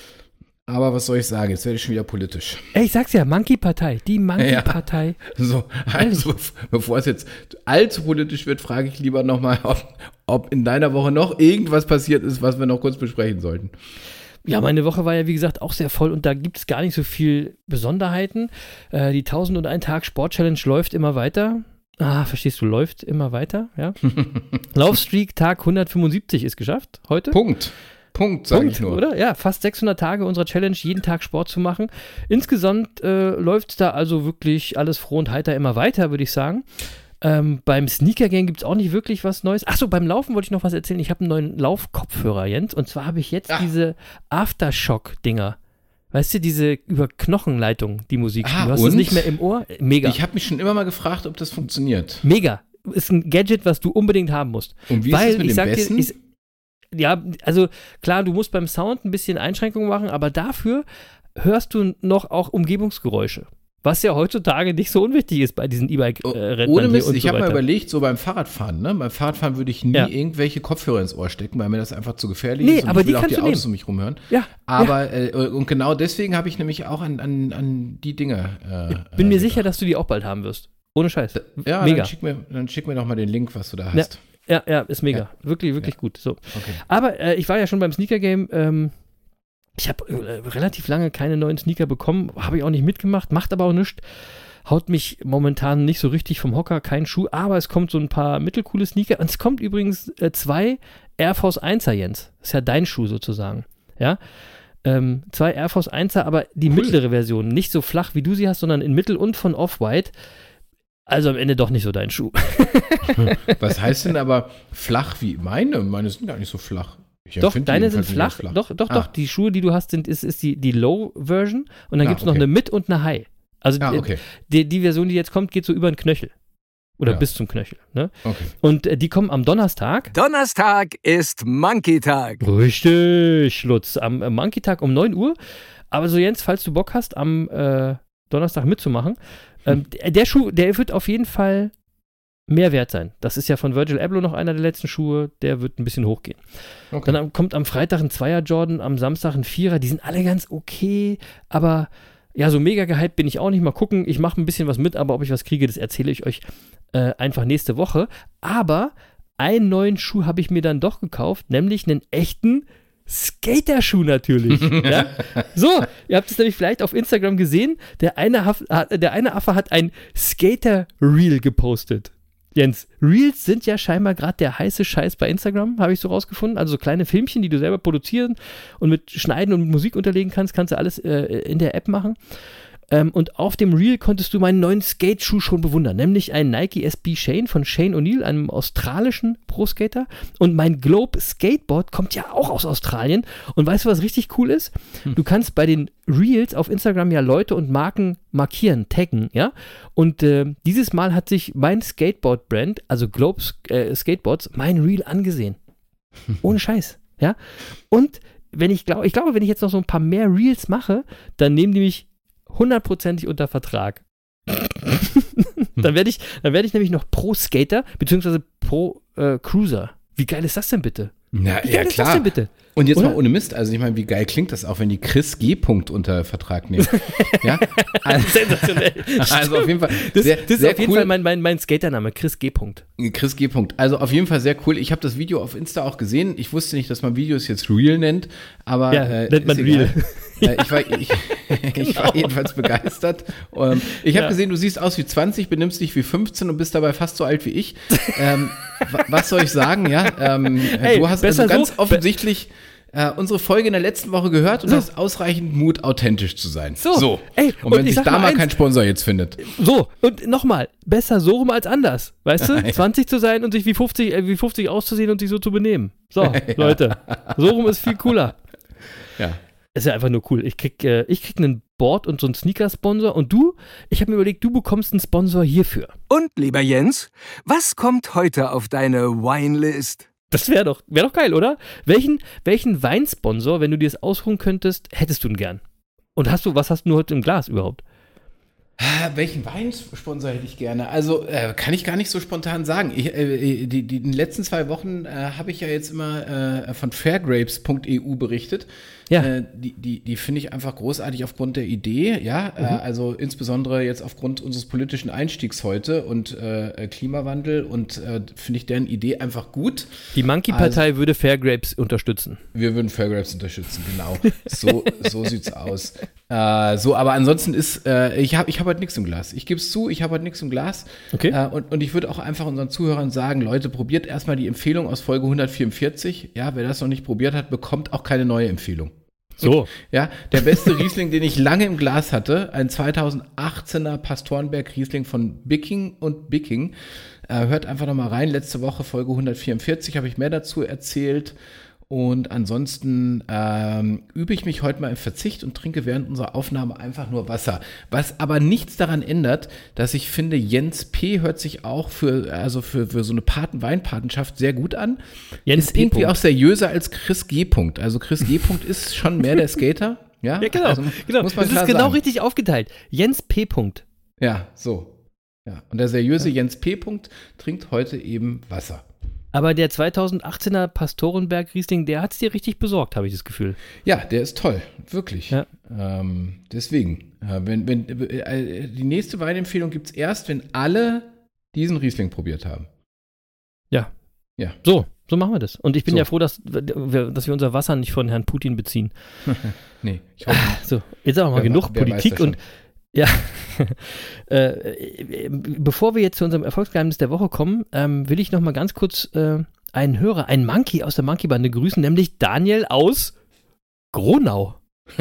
Aber was soll ich sagen? Jetzt werde ich schon wieder politisch. Ey, ich sag's ja, Monkey-Partei. Die Monkey-Partei. So, also, bevor es jetzt allzu politisch wird, frage ich lieber nochmal, ob in deiner Woche noch irgendwas passiert ist, was wir noch kurz besprechen sollten. Ja, meine Woche war ja, wie gesagt, auch sehr voll und da gibt es gar nicht so viel Besonderheiten. Die 1001 Tag Sport-Challenge läuft immer weiter. Verstehst du, läuft immer weiter, ja. Laufstreak Tag 175 ist geschafft heute. Punkt, sage ich nur. Oder? Ja, fast 600 Tage unserer Challenge, jeden Tag Sport zu machen. Insgesamt läuft da also wirklich alles froh und heiter immer weiter, würde ich sagen. Beim Sneaker-Gang gibt es auch nicht wirklich was Neues. Achso, beim Laufen wollte ich noch was erzählen. Ich habe einen neuen Laufkopfhörer, Jens. Und zwar habe ich jetzt diese Aftershock-Dinger. Weißt du, diese über Knochenleitung, die Musik. Du hast es nicht mehr im Ohr. Mega. Ich habe mich schon immer mal gefragt, ob das funktioniert. Mega. Ist ein Gadget, was du unbedingt haben musst. Und wie ist es mit dem Besten? Ja, also klar, du musst beim Sound ein bisschen Einschränkungen machen, aber dafür hörst du noch auch Umgebungsgeräusche. Was ja heutzutage nicht so unwichtig ist bei diesen E-Bike-Rennen. Ohne Mist, ich habe mal überlegt, so beim Fahrradfahren, ne? Beim Fahrradfahren würde ich nie irgendwelche Kopfhörer ins Ohr stecken, weil mir das einfach zu gefährlich ist und aber ich will die auch die kannst du Autos um mich rumhören. Ja. Aber, und genau deswegen habe ich nämlich auch an die Dinge bin mir sicher, dass du die auch bald haben wirst. Ohne Scheiß. Ja, mega. Dann schick mir doch mal den Link, was du da hast. Ja, ist mega. Wirklich gut. So. Okay. Aber ich war ja schon beim Sneaker-Game. Ich habe relativ lange keine neuen Sneaker bekommen. Habe ich auch nicht mitgemacht. Macht aber auch nichts. Haut mich momentan nicht so richtig vom Hocker. Kein Schuh. Aber es kommt so ein paar mittelcoole Sneaker. Und es kommt übrigens 2 Air Force 1er, Jens. Das ist ja dein Schuh sozusagen. Ja. 2 Air Force 1er, aber die mittlere Version. Nicht so flach, wie du sie hast, sondern in Mittel und von Off-White. Also am Ende doch nicht so dein Schuh. Was heißt denn aber flach wie meine? Meine sind gar nicht so flach. Doch, deine sind flach. Doch. Die Schuhe, die du hast, ist die Low-Version und dann gibt es noch eine Mid- und eine High. Also die Version, die jetzt kommt, geht so über den Knöchel. Oder bis zum Knöchel. Ne? Okay. Und die kommen am Donnerstag. Donnerstag ist Monkey-Tag. Richtig, Lutz. Am Monkey-Tag um 9 Uhr. Aber so, Jens, falls du Bock hast, am Donnerstag mitzumachen, der Schuh, der wird auf jeden Fall mehr wert sein. Das ist ja von Virgil Abloh noch einer der letzten Schuhe, der wird ein bisschen hochgehen. Okay. Dann kommt am Freitag ein 2er Jordan, am Samstag ein 4er, die sind alle ganz okay, aber ja, so mega gehypt bin ich auch nicht. Mal gucken, ich mache ein bisschen was mit, aber ob ich was kriege, das erzähle ich euch einfach nächste Woche. Aber einen neuen Schuh habe ich mir dann doch gekauft, nämlich einen echten Skaterschuh natürlich. Ja? So, ihr habt es nämlich vielleicht auf Instagram gesehen, der eine Affe hat ein Skater-Reel gepostet. Jens, Reels sind ja scheinbar gerade der heiße Scheiß bei Instagram, habe ich so rausgefunden. Also so kleine Filmchen, die du selber produzieren und mit Schneiden und mit Musik unterlegen kannst du alles in der App machen. Und auf dem Reel konntest du meinen neuen Skate-Schuh schon bewundern, nämlich einen Nike SB Shane von Shane O'Neill, einem australischen Pro-Skater. Und mein Globe Skateboard kommt ja auch aus Australien. Und weißt du, was richtig cool ist? Du kannst bei den Reels auf Instagram ja Leute und Marken markieren, taggen, ja? Und dieses Mal hat sich mein Skateboard-Brand, also Globe Skateboards, mein Reel angesehen. Ohne Scheiß, ja? Und ich glaube, wenn ich jetzt noch so ein paar mehr Reels mache, dann nehmen die mich 100%ig unter Vertrag. Dann werde ich nämlich noch Pro-Skater beziehungsweise Pro-Cruiser. Wie geil ist das denn bitte? Na, ja, klar. Das denn bitte? Und jetzt mal ohne Mist, also ich meine, wie geil klingt das auch, wenn die Chris G. unter Vertrag nehmen? Ja? Sensationell. Also auf jeden Fall. Das ist auf jeden Fall mein Skatername, Chris G. Chris G. Also auf jeden Fall sehr cool. Ich habe das Video auf Insta auch gesehen. Ich wusste nicht, dass man Videos jetzt Real nennt, aber nennt man Real. Ich war jedenfalls begeistert. Ich habe gesehen, du siehst aus wie 20, benimmst dich wie 15 und bist dabei fast so alt wie ich. Was soll ich sagen, ja? Du hast also ganz offensichtlich unsere Folge in der letzten Woche gehört und hast ausreichend Mut, authentisch zu sein. So. Ey, und wenn sich da mal kein Sponsor jetzt findet. So, und nochmal, besser so rum als anders. Weißt du? 20 zu sein und sich wie 50 auszusehen und sich so zu benehmen. So, Leute, so rum ist viel cooler. Ja. Ist ja einfach nur cool. Ich krieg einen Board und so einen Sneaker-Sponsor und ich habe mir überlegt, du bekommst einen Sponsor hierfür. Und, lieber Jens, was kommt heute auf deine Winelist? Das wäre doch geil, oder? Welchen Weinsponsor, wenn du dir das ausruhen könntest, hättest du denn gern? Und was hast du heute im Glas überhaupt? Welchen Weinsponsor hätte ich gerne? Also kann ich gar nicht so spontan sagen. In den letzten 2 Wochen habe ich ja jetzt immer von fairgrapes.eu berichtet. Ja. Die finde ich einfach großartig aufgrund der Idee, ja. Also insbesondere jetzt aufgrund unseres politischen Einstiegs heute und Klimawandel und finde ich deren Idee einfach gut. Die Monkey-Partei würde Fairgrapes unterstützen. Wir würden Fairgrapes unterstützen, genau. So sieht's aus. Aber ansonsten ist, ich hab heute nichts im Glas. Ich gebe es zu, ich habe heute nichts im Glas. Okay. Und ich würde auch einfach unseren Zuhörern sagen, Leute, probiert erstmal die Empfehlung aus Folge 144. Ja, wer das noch nicht probiert hat, bekommt auch keine neue Empfehlung. So. Ja, der beste Riesling, den ich lange im Glas hatte, ein 2018er Pastorenberg Riesling von Bicking und Bicking. Hört einfach noch mal rein. Letzte Woche Folge 144 habe ich mehr dazu erzählt. Und ansonsten übe ich mich heute mal im Verzicht und trinke während unserer Aufnahme einfach nur Wasser. Was aber nichts daran ändert, dass ich finde, Jens P. hört sich auch für so eine Weinpatenschaft sehr gut an. Jens ist P. irgendwie auch seriöser als Chris G. Also Chris G. ist schon mehr der Skater. Ja, genau. Also, muss man das klar ist genau sagen. richtig aufgeteilt. Jens P. Ja, so. Ja. Und der seriöse Jens P. trinkt heute eben Wasser. Aber der 2018er Pastorenberg Riesling, der hat es dir richtig besorgt, habe ich das Gefühl. Ja, der ist toll, wirklich. Ja. Deswegen, die nächste Weinempfehlung gibt es erst, wenn alle diesen Riesling probiert haben. Ja. So machen wir das. Und ich bin ja froh, dass wir unser Wasser nicht von Herrn Putin beziehen. Nee, ich hoffe nicht. So, jetzt aber mal genug Politik und ja, bevor wir jetzt zu unserem Erfolgsgeheimnis der Woche kommen, will ich noch mal ganz kurz einen Hörer, einen Monkey aus der Monkey-Bande grüßen, nämlich Daniel aus Gronau.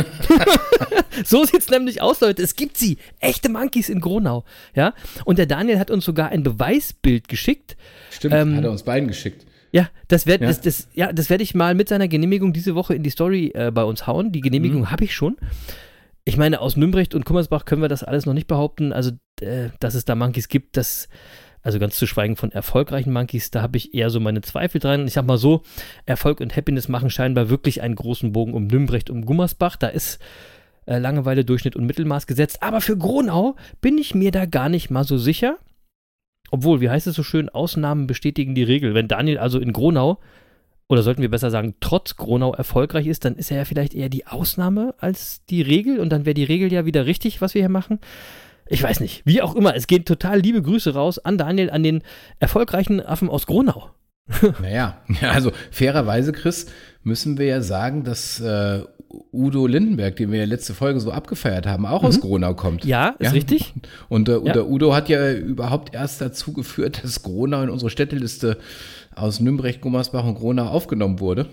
So sieht's nämlich aus, Leute. Es gibt echte Monkeys in Gronau. Ja? Und der Daniel hat uns sogar ein Beweisbild geschickt. Stimmt, hat er uns beiden geschickt. Ja, das werde ich mal mit seiner Genehmigung diese Woche in die Story bei uns hauen. Die Genehmigung habe ich schon. Ich meine, aus Nümbrecht und Kummersbach können wir das alles noch nicht behaupten. Also, dass es da Monkeys gibt, also ganz zu schweigen von erfolgreichen Monkeys, da habe ich eher so meine Zweifel dran. Ich sag mal so, Erfolg und Happiness machen scheinbar wirklich einen großen Bogen um Nümbrecht, um Gummersbach. Da ist Langeweile, Durchschnitt und Mittelmaß gesetzt. Aber für Gronau bin ich mir da gar nicht mal so sicher. Obwohl, wie heißt es so schön, Ausnahmen bestätigen die Regel. Wenn Daniel also in Gronau, oder sollten wir besser sagen, trotz Gronau erfolgreich ist, dann ist er ja vielleicht eher die Ausnahme als die Regel und dann wäre die Regel ja wieder richtig, was wir hier machen. Ich weiß nicht. Wie auch immer, es gehen total liebe Grüße raus an Daniel, an den erfolgreichen Affen aus Gronau. Naja, also fairerweise, Chris, müssen wir ja sagen, dass Udo Lindenberg, den wir ja letzte Folge so abgefeiert haben, auch aus Gronau kommt. Ja, ist richtig. Und der Udo hat ja überhaupt erst dazu geführt, dass Gronau in unsere Städteliste aus Nümbrecht, Gummersbach und Gronau aufgenommen wurde.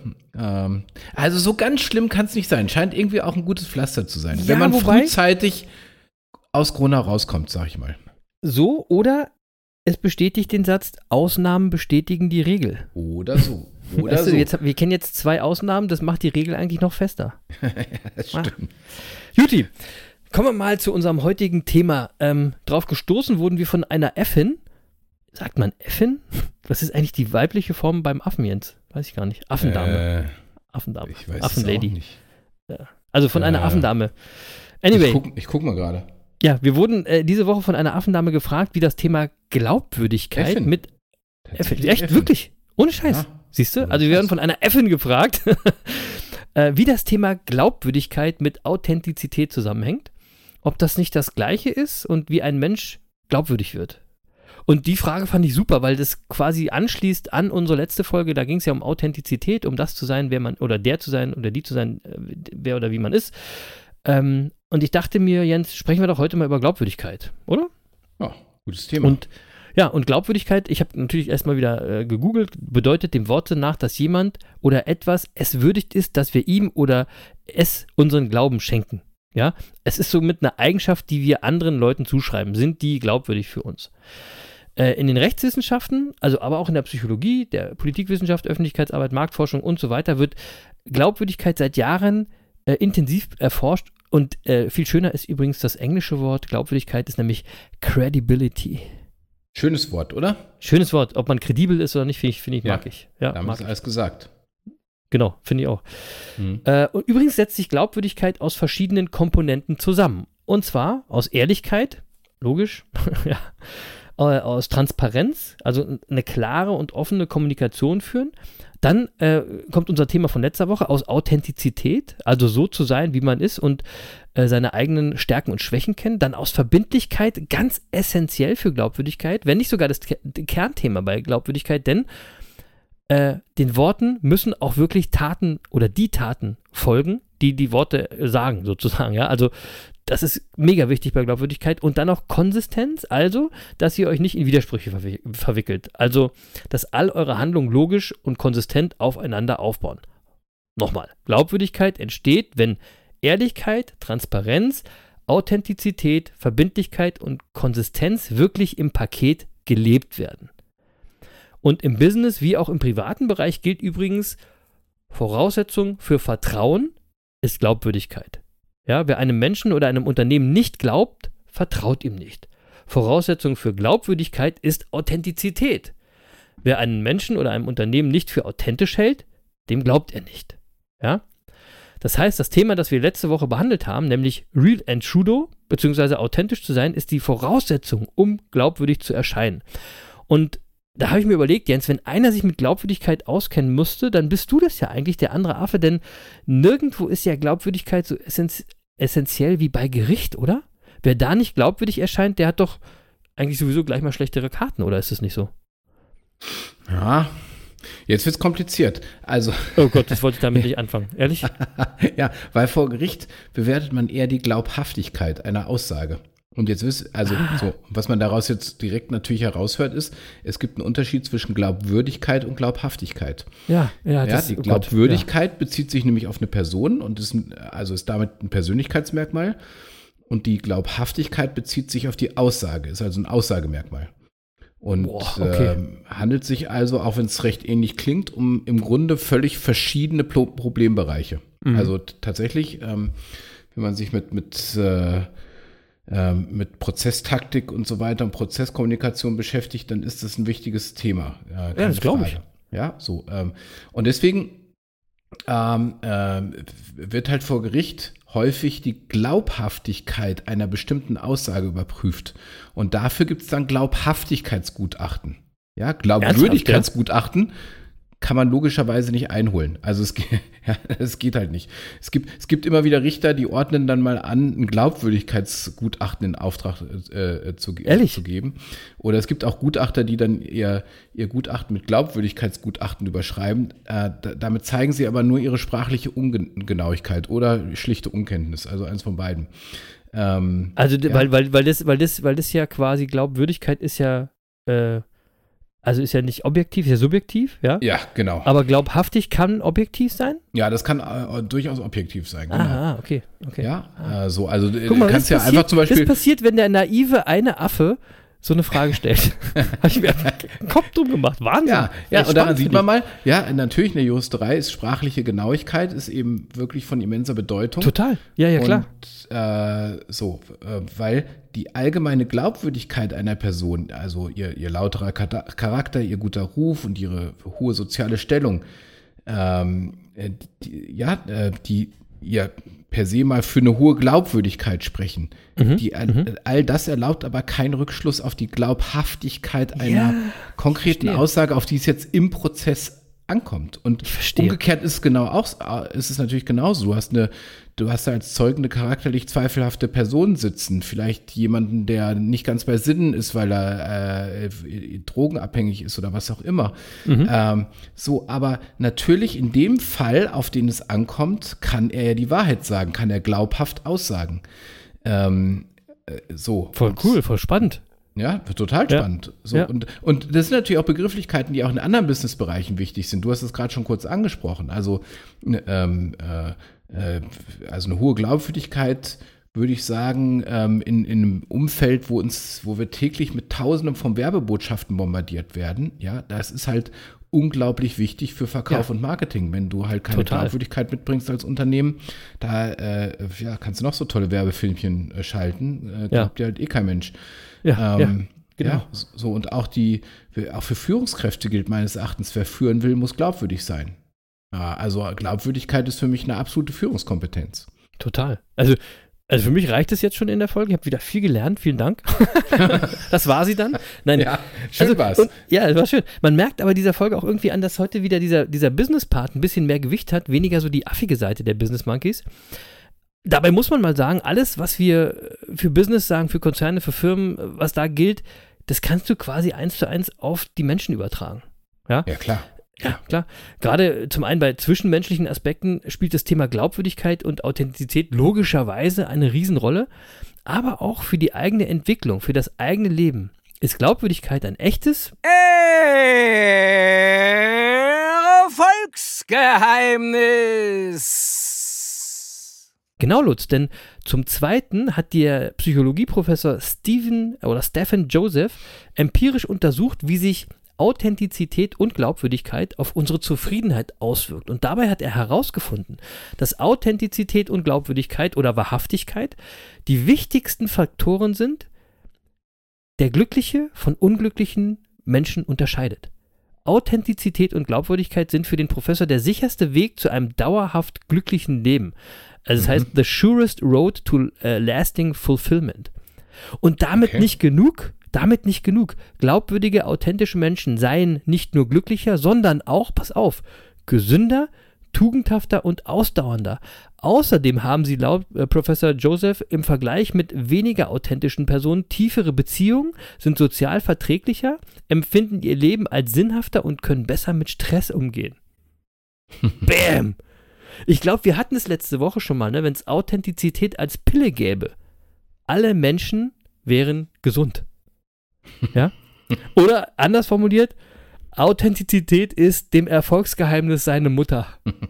Also so ganz schlimm kann es nicht sein. Scheint irgendwie auch ein gutes Pflaster zu sein. Ja, wenn man frühzeitig aus Gronau rauskommt, sag ich mal. So, oder es bestätigt den Satz, Ausnahmen bestätigen die Regel. Oder so. Weißt du, wir kennen jetzt 2 Ausnahmen, das macht die Regel eigentlich noch fester. Ja, das stimmt. Juti, kommen wir mal zu unserem heutigen Thema. Drauf gestoßen wurden wir von einer Äffin. Sagt man Äffin? Was ist eigentlich die weibliche Form beim Affen, Jens? Weiß ich gar nicht. Affendame. Affendame. Ich weiß Affenlady. es auch nicht. Ja. Also von einer Affendame. Anyway. Ich guck mal gerade. Ja, wir wurden diese Woche von einer Affendame gefragt, wie das Thema Glaubwürdigkeit Äffin. mit Äffin. Echt? Wirklich? Ohne Scheiß. Ja. Siehst du? Also wir werden von einer Äffin gefragt, wie das Thema Glaubwürdigkeit mit Authentizität zusammenhängt, ob das nicht das Gleiche ist und wie ein Mensch glaubwürdig wird. Und die Frage fand ich super, weil das quasi anschließt an unsere letzte Folge. Da ging es ja um Authentizität, um das zu sein, wer man, oder der zu sein oder die zu sein, wer oder wie man ist. Und ich dachte mir, Jens, sprechen wir doch heute mal über Glaubwürdigkeit, oder? Ja, gutes Thema. Und Glaubwürdigkeit, ich habe natürlich erstmal wieder gegoogelt, bedeutet dem Worte nach, dass jemand oder etwas es würdigt ist, dass wir ihm oder es unseren Glauben schenken. Ja, es ist somit eine Eigenschaft, die wir anderen Leuten zuschreiben. Sind die glaubwürdig für uns? In den Rechtswissenschaften, also aber auch in der Psychologie, der Politikwissenschaft, Öffentlichkeitsarbeit, Marktforschung und so weiter, wird Glaubwürdigkeit seit Jahren intensiv erforscht. Und viel schöner ist übrigens das englische Wort Glaubwürdigkeit, ist nämlich Credibility. Schönes Wort, oder? Schönes Wort. Ob man kredibel ist oder nicht, finde ich, mag ich. Ja, damit ist alles gesagt. Genau, finde ich auch. Und übrigens setzt sich Glaubwürdigkeit aus verschiedenen Komponenten zusammen. Und zwar aus Ehrlichkeit, logisch, ja, aus Transparenz, also eine klare und offene Kommunikation führen. Dann kommt unser Thema von letzter Woche aus Authentizität, also so zu sein, wie man ist und seine eigenen Stärken und Schwächen kennen. Dann aus Verbindlichkeit, ganz essentiell für Glaubwürdigkeit, wenn nicht sogar das Kernthema bei Glaubwürdigkeit, denn den Worten müssen auch wirklich Taten oder die Taten folgen, die die Worte sagen, sozusagen. Ja? Also das ist mega wichtig bei Glaubwürdigkeit. Und dann noch Konsistenz, also, dass ihr euch nicht in Widersprüche verwickelt. Also, dass all eure Handlungen logisch und konsistent aufeinander aufbauen. Nochmal, Glaubwürdigkeit entsteht, wenn Ehrlichkeit, Transparenz, Authentizität, Verbindlichkeit und Konsistenz wirklich im Paket gelebt werden. Und im Business wie auch im privaten Bereich gilt übrigens, Voraussetzung für Vertrauen ist Glaubwürdigkeit. Ja, wer einem Menschen oder einem Unternehmen nicht glaubt, vertraut ihm nicht. Voraussetzung für Glaubwürdigkeit ist Authentizität. Wer einen Menschen oder einem Unternehmen nicht für authentisch hält, dem glaubt er nicht. Ja? Das heißt, das Thema, das wir letzte Woche behandelt haben, nämlich Real and Trudo, beziehungsweise authentisch zu sein, ist die Voraussetzung, um glaubwürdig zu erscheinen. Und da habe ich mir überlegt, Jens, wenn einer sich mit Glaubwürdigkeit auskennen musste, dann bist du das ja eigentlich, der andere Affe, denn nirgendwo ist ja Glaubwürdigkeit so essentiell wie bei Gericht, oder? Wer da nicht glaubwürdig erscheint, der hat doch eigentlich sowieso gleich mal schlechtere Karten, oder ist es nicht so? Ja, jetzt wird's kompliziert. Also. Oh Gott, das wollte ich damit nicht anfangen. Ehrlich? Ja, weil vor Gericht bewertet man eher die Glaubhaftigkeit einer Aussage. Und jetzt was man daraus jetzt direkt natürlich heraushört, ist, es gibt einen Unterschied zwischen Glaubwürdigkeit und Glaubhaftigkeit. Die Glaubwürdigkeit bezieht sich nämlich auf eine Person und ist damit ein Persönlichkeitsmerkmal. Und die Glaubhaftigkeit bezieht sich auf die Aussage, ist also ein Aussagemerkmal. Und handelt sich also, auch wenn es recht ähnlich klingt, um im Grunde völlig verschiedene Problembereiche. Also tatsächlich, wenn man sich mit Prozesstaktik und so weiter und Prozesskommunikation beschäftigt, dann ist das ein wichtiges Thema. Ja, das glaube ich. Ja, so. Und deswegen wird halt vor Gericht häufig die Glaubhaftigkeit einer bestimmten Aussage überprüft. Und dafür gibt es dann Glaubhaftigkeitsgutachten. Ja, Glaubwürdigkeitsgutachten kann man logischerweise nicht einholen. Also es geht halt nicht. Es gibt immer wieder Richter, die ordnen dann mal an, ein Glaubwürdigkeitsgutachten in Auftrag zu geben. Oder es gibt auch Gutachter, die dann ihr Gutachten mit Glaubwürdigkeitsgutachten überschreiben. Damit zeigen sie aber nur ihre sprachliche Ungenauigkeit oder schlichte Unkenntnis. Also eins von beiden. Weil das ja quasi Glaubwürdigkeit ist ja also ist ja nicht objektiv, ist ja subjektiv, ja? Ja, genau. Aber glaubhaftig kann objektiv sein? Ja, das kann durchaus objektiv sein, genau. Okay. Ja, also guck mal, kannst ja einfach zum Beispiel. Das passiert, wenn der naive eine Affe so eine Frage stellt. Habe ich mir einfach den Kopf drum gemacht. Wahnsinn. Ja, und daran sieht man mal, ja, natürlich in der Juristerei ist sprachliche Genauigkeit ist eben wirklich von immenser Bedeutung. Total. Ja, klar. Und weil die allgemeine Glaubwürdigkeit einer Person, also ihr lauterer Charakter, ihr guter Ruf und ihre hohe soziale Stellung, die ja per se mal für eine hohe Glaubwürdigkeit sprechen. All das erlaubt aber keinen Rückschluss auf die Glaubhaftigkeit einer konkreten Aussage, auf die es jetzt im Prozess ankommt. Und verstehe. umgekehrt ist es natürlich genauso. Du hast da als Zeuge eine charakterlich zweifelhafte Person sitzen. Vielleicht jemanden, der nicht ganz bei Sinnen ist, weil er drogenabhängig ist oder was auch immer. Aber natürlich in dem Fall, auf den es ankommt, kann er ja die Wahrheit sagen, kann er glaubhaft aussagen. Voll cool, voll spannend. Ja, total spannend. So, ja. Und das sind natürlich auch Begrifflichkeiten, die auch in anderen Businessbereichen wichtig sind. Du hast es gerade schon kurz angesprochen. Also eine hohe Glaubwürdigkeit, würde ich sagen, in einem Umfeld, wo wir täglich mit Tausenden von Werbebotschaften bombardiert werden. Ja, das ist halt unglaublich wichtig für Verkauf und Marketing. Wenn du halt keine Glaubwürdigkeit mitbringst als Unternehmen, da kannst du noch so tolle Werbefilmchen schalten. Glaubt dir halt kein Mensch. Genau. Ja, so, und auch für Führungskräfte gilt meines Erachtens, wer führen will, muss glaubwürdig sein. Also Glaubwürdigkeit ist für mich eine absolute Führungskompetenz. Total. Also für mich reicht es jetzt schon in der Folge. Ich habe wieder viel gelernt. Vielen Dank. Das war sie dann. Nein. Ja, schön war's. Ja, es war schön. Man merkt aber dieser Folge auch irgendwie an, dass heute wieder dieser Business-Part ein bisschen mehr Gewicht hat, weniger so die affige Seite der Business Monkeys. Dabei muss man mal sagen, alles, was wir für Business sagen, für Konzerne, für Firmen, was da gilt, das kannst du quasi 1:1 auf die Menschen übertragen. Ja, klar. Ja, klar. Gerade zum einen bei zwischenmenschlichen Aspekten spielt das Thema Glaubwürdigkeit und Authentizität logischerweise eine Riesenrolle, aber auch für die eigene Entwicklung, für das eigene Leben. Ist Glaubwürdigkeit ein echtes Erfolgsgeheimnis? Genau, Lutz, denn zum Zweiten hat der Psychologieprofessor Stephen Joseph empirisch untersucht, wie sich Authentizität und Glaubwürdigkeit auf unsere Zufriedenheit auswirkt. Und dabei hat er herausgefunden, dass Authentizität und Glaubwürdigkeit oder Wahrhaftigkeit die wichtigsten Faktoren sind, der glückliche von unglücklichen Menschen unterscheidet. Authentizität und Glaubwürdigkeit sind für den Professor der sicherste Weg zu einem dauerhaft glücklichen Leben. Also das heißt, the surest road to lasting fulfillment. Und damit nicht genug. Glaubwürdige, authentische Menschen seien nicht nur glücklicher, sondern auch, pass auf, gesünder, tugendhafter und ausdauernder. Außerdem haben sie laut Professor Joseph im Vergleich mit weniger authentischen Personen tiefere Beziehungen, sind sozial verträglicher, empfinden ihr Leben als sinnhafter und können besser mit Stress umgehen. Bäm! Ich glaube, wir hatten es letzte Woche schon mal, ne, wenn es Authentizität als Pille gäbe. Alle Menschen wären gesund. Ja? Oder anders formuliert, Authentizität ist dem Erfolgsgeheimnis seine Mutter.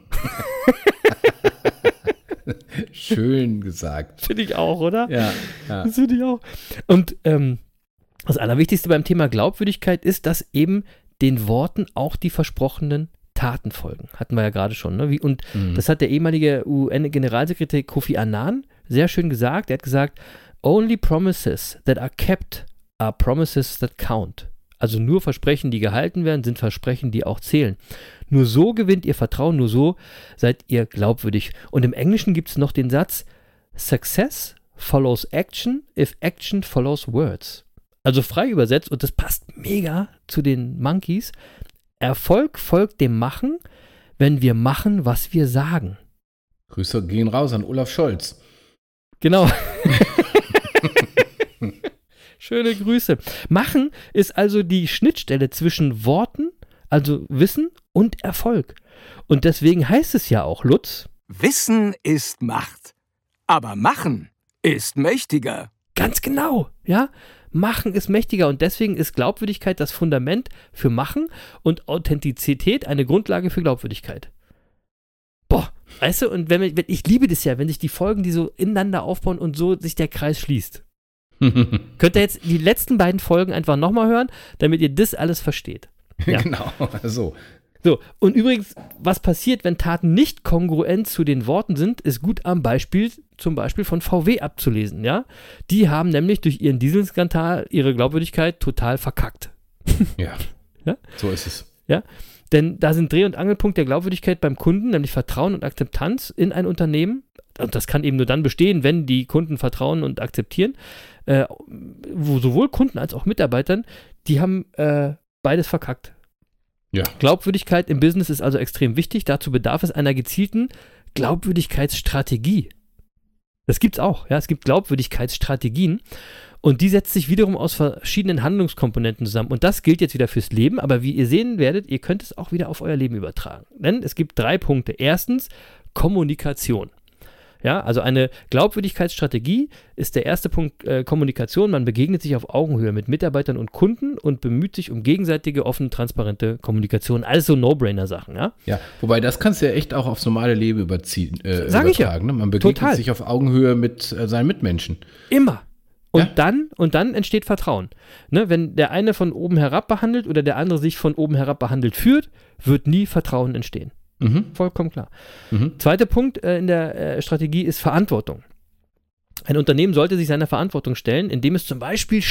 Schön gesagt. Finde ich auch, oder? Ja. Das finde ich auch. Und das Allerwichtigste beim Thema Glaubwürdigkeit ist, dass eben den Worten auch die versprochenen Taten folgen. Hatten wir ja gerade schon. Ne? Das hat der ehemalige UN-Generalsekretär Kofi Annan sehr schön gesagt. Er hat gesagt, only promises that are kept are promises that count. Also nur Versprechen, die gehalten werden, sind Versprechen, die auch zählen. Nur so gewinnt ihr Vertrauen, nur so seid ihr glaubwürdig. Und im Englischen gibt es noch den Satz, Success follows action if action follows words. Also frei übersetzt, und das passt mega zu den Monkeys, Erfolg folgt dem Machen, wenn wir machen, was wir sagen. Grüße gehen raus an Olaf Scholz. Genau. Schöne Grüße. Machen ist also die Schnittstelle zwischen Worten, also Wissen, und Erfolg. Und deswegen heißt es ja auch, Lutz, Wissen ist Macht, aber Machen ist mächtiger. Ganz genau, ja. Machen ist mächtiger und deswegen ist Glaubwürdigkeit das Fundament für Machen und Authentizität eine Grundlage für Glaubwürdigkeit. Boah, weißt du, und ich liebe das ja, wenn sich die Folgen, die so ineinander aufbauen und so sich der Kreis schließt. Könnt ihr jetzt die letzten beiden Folgen einfach nochmal hören, damit ihr das alles versteht. Ja. Genau, so. So, und übrigens, was passiert, wenn Taten nicht kongruent zu den Worten sind, ist gut am Beispiel, zum Beispiel von VW abzulesen, ja? Die haben nämlich durch ihren Dieselskandal ihre Glaubwürdigkeit total verkackt. Ja, so ist es. Ja, denn da sind Dreh- und Angelpunkt der Glaubwürdigkeit beim Kunden, nämlich Vertrauen und Akzeptanz in ein Unternehmen. Und das kann eben nur dann bestehen, wenn die Kunden vertrauen und akzeptieren. Wo sowohl Kunden als auch Mitarbeitern, die haben beides verkackt. Ja. Glaubwürdigkeit im Business ist also extrem wichtig. Dazu bedarf es einer gezielten Glaubwürdigkeitsstrategie. Das gibt's auch. Ja? Es gibt Glaubwürdigkeitsstrategien und die setzt sich wiederum aus verschiedenen Handlungskomponenten zusammen. Und das gilt jetzt wieder fürs Leben, aber wie ihr sehen werdet, ihr könnt es auch wieder auf euer Leben übertragen. Denn es gibt 3 Punkte. Erstens, Kommunikation. Ja, also eine Glaubwürdigkeitsstrategie ist der erste Punkt Kommunikation. Man begegnet sich auf Augenhöhe mit Mitarbeitern und Kunden und bemüht sich um gegenseitige, offene, transparente Kommunikation. Alles so No-Brainer-Sachen, ja? Ja, wobei das kannst du ja echt auch aufs normale Leben übertragen. Sag ich ja. Ne? Man begegnet Total. sich auf Augenhöhe mit seinen Mitmenschen. Immer. Und, Ja? dann entsteht Vertrauen. Ne? Wenn der eine von oben herab behandelt oder der andere sich von oben herab behandelt fühlt, wird nie Vertrauen entstehen. Mhm. Vollkommen klar. Mhm. Zweiter Punkt in der Strategie ist Verantwortung. Ein Unternehmen sollte sich seiner Verantwortung stellen, indem es zum Beispiel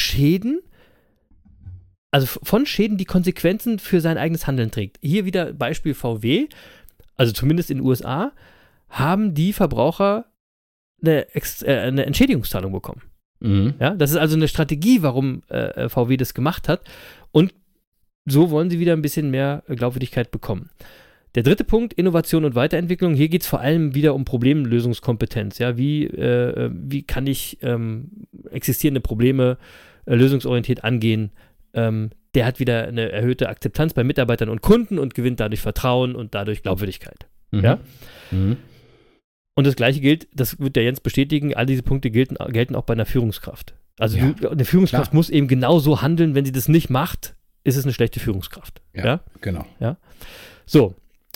von Schäden die Konsequenzen für sein eigenes Handeln trägt. Hier wieder Beispiel VW, also zumindest in den USA, haben die Verbraucher eine Entschädigungszahlung bekommen. Mhm. Ja, das ist also eine Strategie, warum VW das gemacht hat. Und so wollen sie wieder ein bisschen mehr Glaubwürdigkeit bekommen. Der dritte Punkt, Innovation und Weiterentwicklung. Hier geht es vor allem wieder um Problemlösungskompetenz. Ja, wie kann ich existierende Probleme lösungsorientiert angehen? Der hat wieder eine erhöhte Akzeptanz bei Mitarbeitern und Kunden und gewinnt dadurch Vertrauen und dadurch Glaubwürdigkeit. Mhm. Ja? Mhm. Und das Gleiche gilt, das wird der Jens bestätigen, all diese Punkte gelten auch bei einer Führungskraft. Also Ja, eine Führungskraft klar. muss eben genauso handeln, wenn sie das nicht macht, ist es eine schlechte Führungskraft. Ja? Genau. So,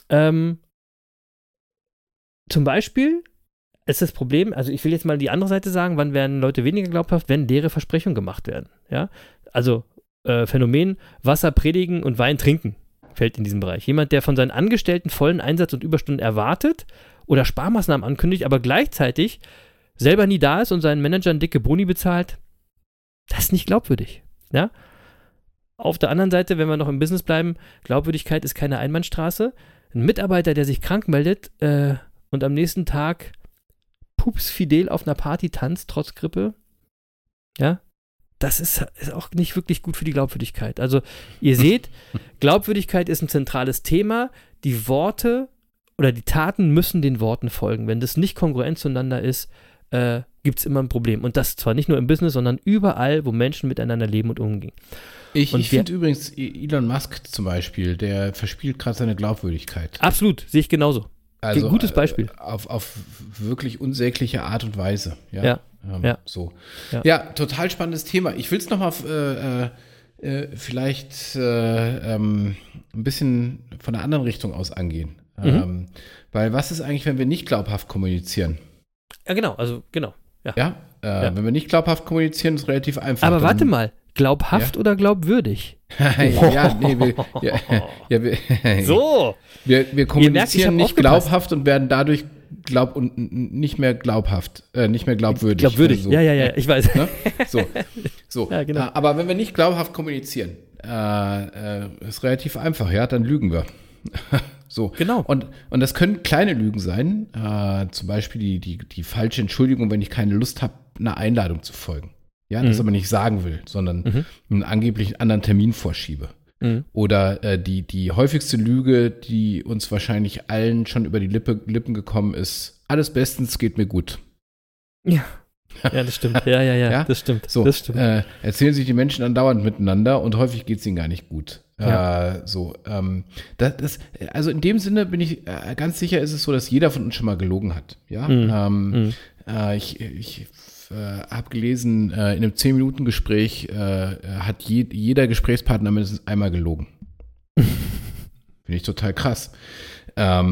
zum Beispiel ist das Problem, also ich will jetzt mal die andere Seite sagen, wann werden Leute weniger glaubhaft, wenn leere Versprechungen gemacht werden. Ja? Also Phänomen Wasser predigen und Wein trinken fällt in diesem Bereich. Jemand, der von seinen Angestellten vollen Einsatz und Überstunden erwartet oder Sparmaßnahmen ankündigt, aber gleichzeitig selber nie da ist und seinen Managern dicke Boni bezahlt, das ist nicht glaubwürdig. Ja? Auf der anderen Seite, wenn wir noch im Business bleiben, Glaubwürdigkeit ist keine Einbahnstraße. Ein Mitarbeiter, der sich krank meldet und am nächsten Tag pupsfidel auf einer Party tanzt, trotz Grippe, ja, das ist auch nicht wirklich gut für die Glaubwürdigkeit. Also ihr seht, Glaubwürdigkeit ist ein zentrales Thema. Die Worte oder die Taten müssen den Worten folgen. Wenn das nicht kongruent zueinander ist, gibt es immer ein Problem. Und das zwar nicht nur im Business, sondern überall, wo Menschen miteinander leben und umgehen. Ich finde übrigens, Elon Musk zum Beispiel, der verspielt gerade seine Glaubwürdigkeit. Absolut, sehe ich genauso. Also, gutes Beispiel. Auf wirklich unsägliche Art und Weise. Ja. So. Ja. Ja, total spannendes Thema. Ich will es nochmal vielleicht ein bisschen von einer anderen Richtung aus angehen. Weil was ist eigentlich, wenn wir nicht glaubhaft kommunizieren? Ja, genau, also genau. Ja. Ja, wenn wir nicht glaubhaft kommunizieren, ist relativ einfach. Aber warte mal, glaubhaft oder glaubwürdig? Ja, nee, So! wir Ihr merkt, ich kommunizieren hab nicht aufgepasst. glaubhaft und werden dadurch nicht mehr glaubhaft, nicht mehr glaubwürdig. Glaubwürdig, So. ja, ich weiß. Ne? So. Ja, genau. Aber wenn wir nicht glaubhaft kommunizieren, ist relativ einfach, ja, dann lügen wir. So. Genau. Und das können kleine Lügen sein, zum Beispiel die falsche Entschuldigung, wenn ich keine Lust habe, einer Einladung zu folgen. Ja, das aber nicht sagen will, sondern einen angeblich anderen Termin vorschiebe. Oder die häufigste Lüge, die uns wahrscheinlich allen schon über die Lippen gekommen ist, alles bestens, geht mir gut. Ja, das stimmt. Ja, das stimmt. So, das stimmt. erzählen sich die Menschen andauernd miteinander und häufig geht es ihnen gar nicht gut. Ja. Also in dem Sinne bin ich ganz sicher, ist es so, dass jeder von uns schon mal gelogen hat. Ja? Ich habe gelesen, in einem 10-Minuten-Gespräch hat jeder Gesprächspartner mindestens einmal gelogen. Finde ich total krass. Das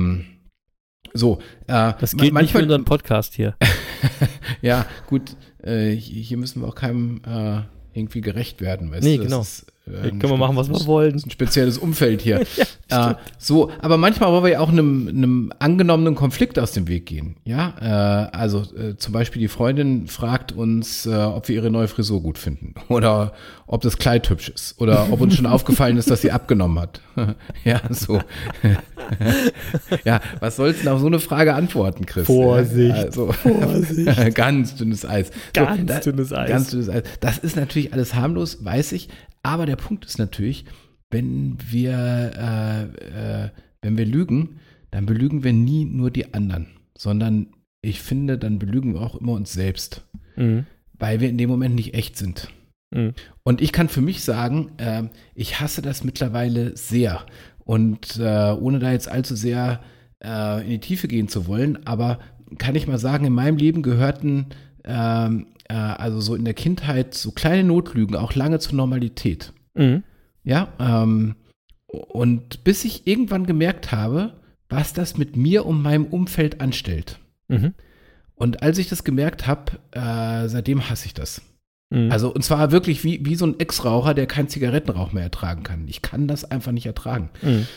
geht nicht für unseren Podcast hier. Ja, gut, hier müssen wir auch keinem irgendwie gerecht werden. Weißt Nee, du? genau. Können wir machen, was wir wollen. Das ist ein spezielles Umfeld hier. Aber manchmal wollen wir ja auch einem angenommenen Konflikt aus dem Weg gehen. Ja, zum Beispiel die Freundin fragt uns, ob wir ihre neue Frisur gut finden oder ob das Kleid hübsch ist oder ob uns schon aufgefallen ist, dass sie abgenommen hat. Ja, so. Ja, was sollst du denn auf so eine Frage antworten, Chris? Vorsicht. Vorsicht. Ganz dünnes Eis. Ganz dünnes Eis. Ganz dünnes Eis. Das ist natürlich alles harmlos, weiß ich. Aber der Punkt ist natürlich, wenn wir lügen, dann belügen wir nie nur die anderen, sondern ich finde, dann belügen wir auch immer uns selbst, weil wir in dem Moment nicht echt sind. Und ich kann für mich sagen, ich hasse das mittlerweile sehr. Und ohne da jetzt allzu sehr in die Tiefe gehen zu wollen, aber kann ich mal sagen, in meinem Leben gehörten also so in der Kindheit so kleine Notlügen auch lange zur Normalität. Ja, und bis ich irgendwann gemerkt habe, was das mit mir und meinem Umfeld anstellt. Und als ich das gemerkt habe, seitdem hasse ich das. Also, und zwar wirklich wie so ein Ex-Raucher, der keinen Zigarettenrauch mehr ertragen kann. Ich kann das einfach nicht ertragen.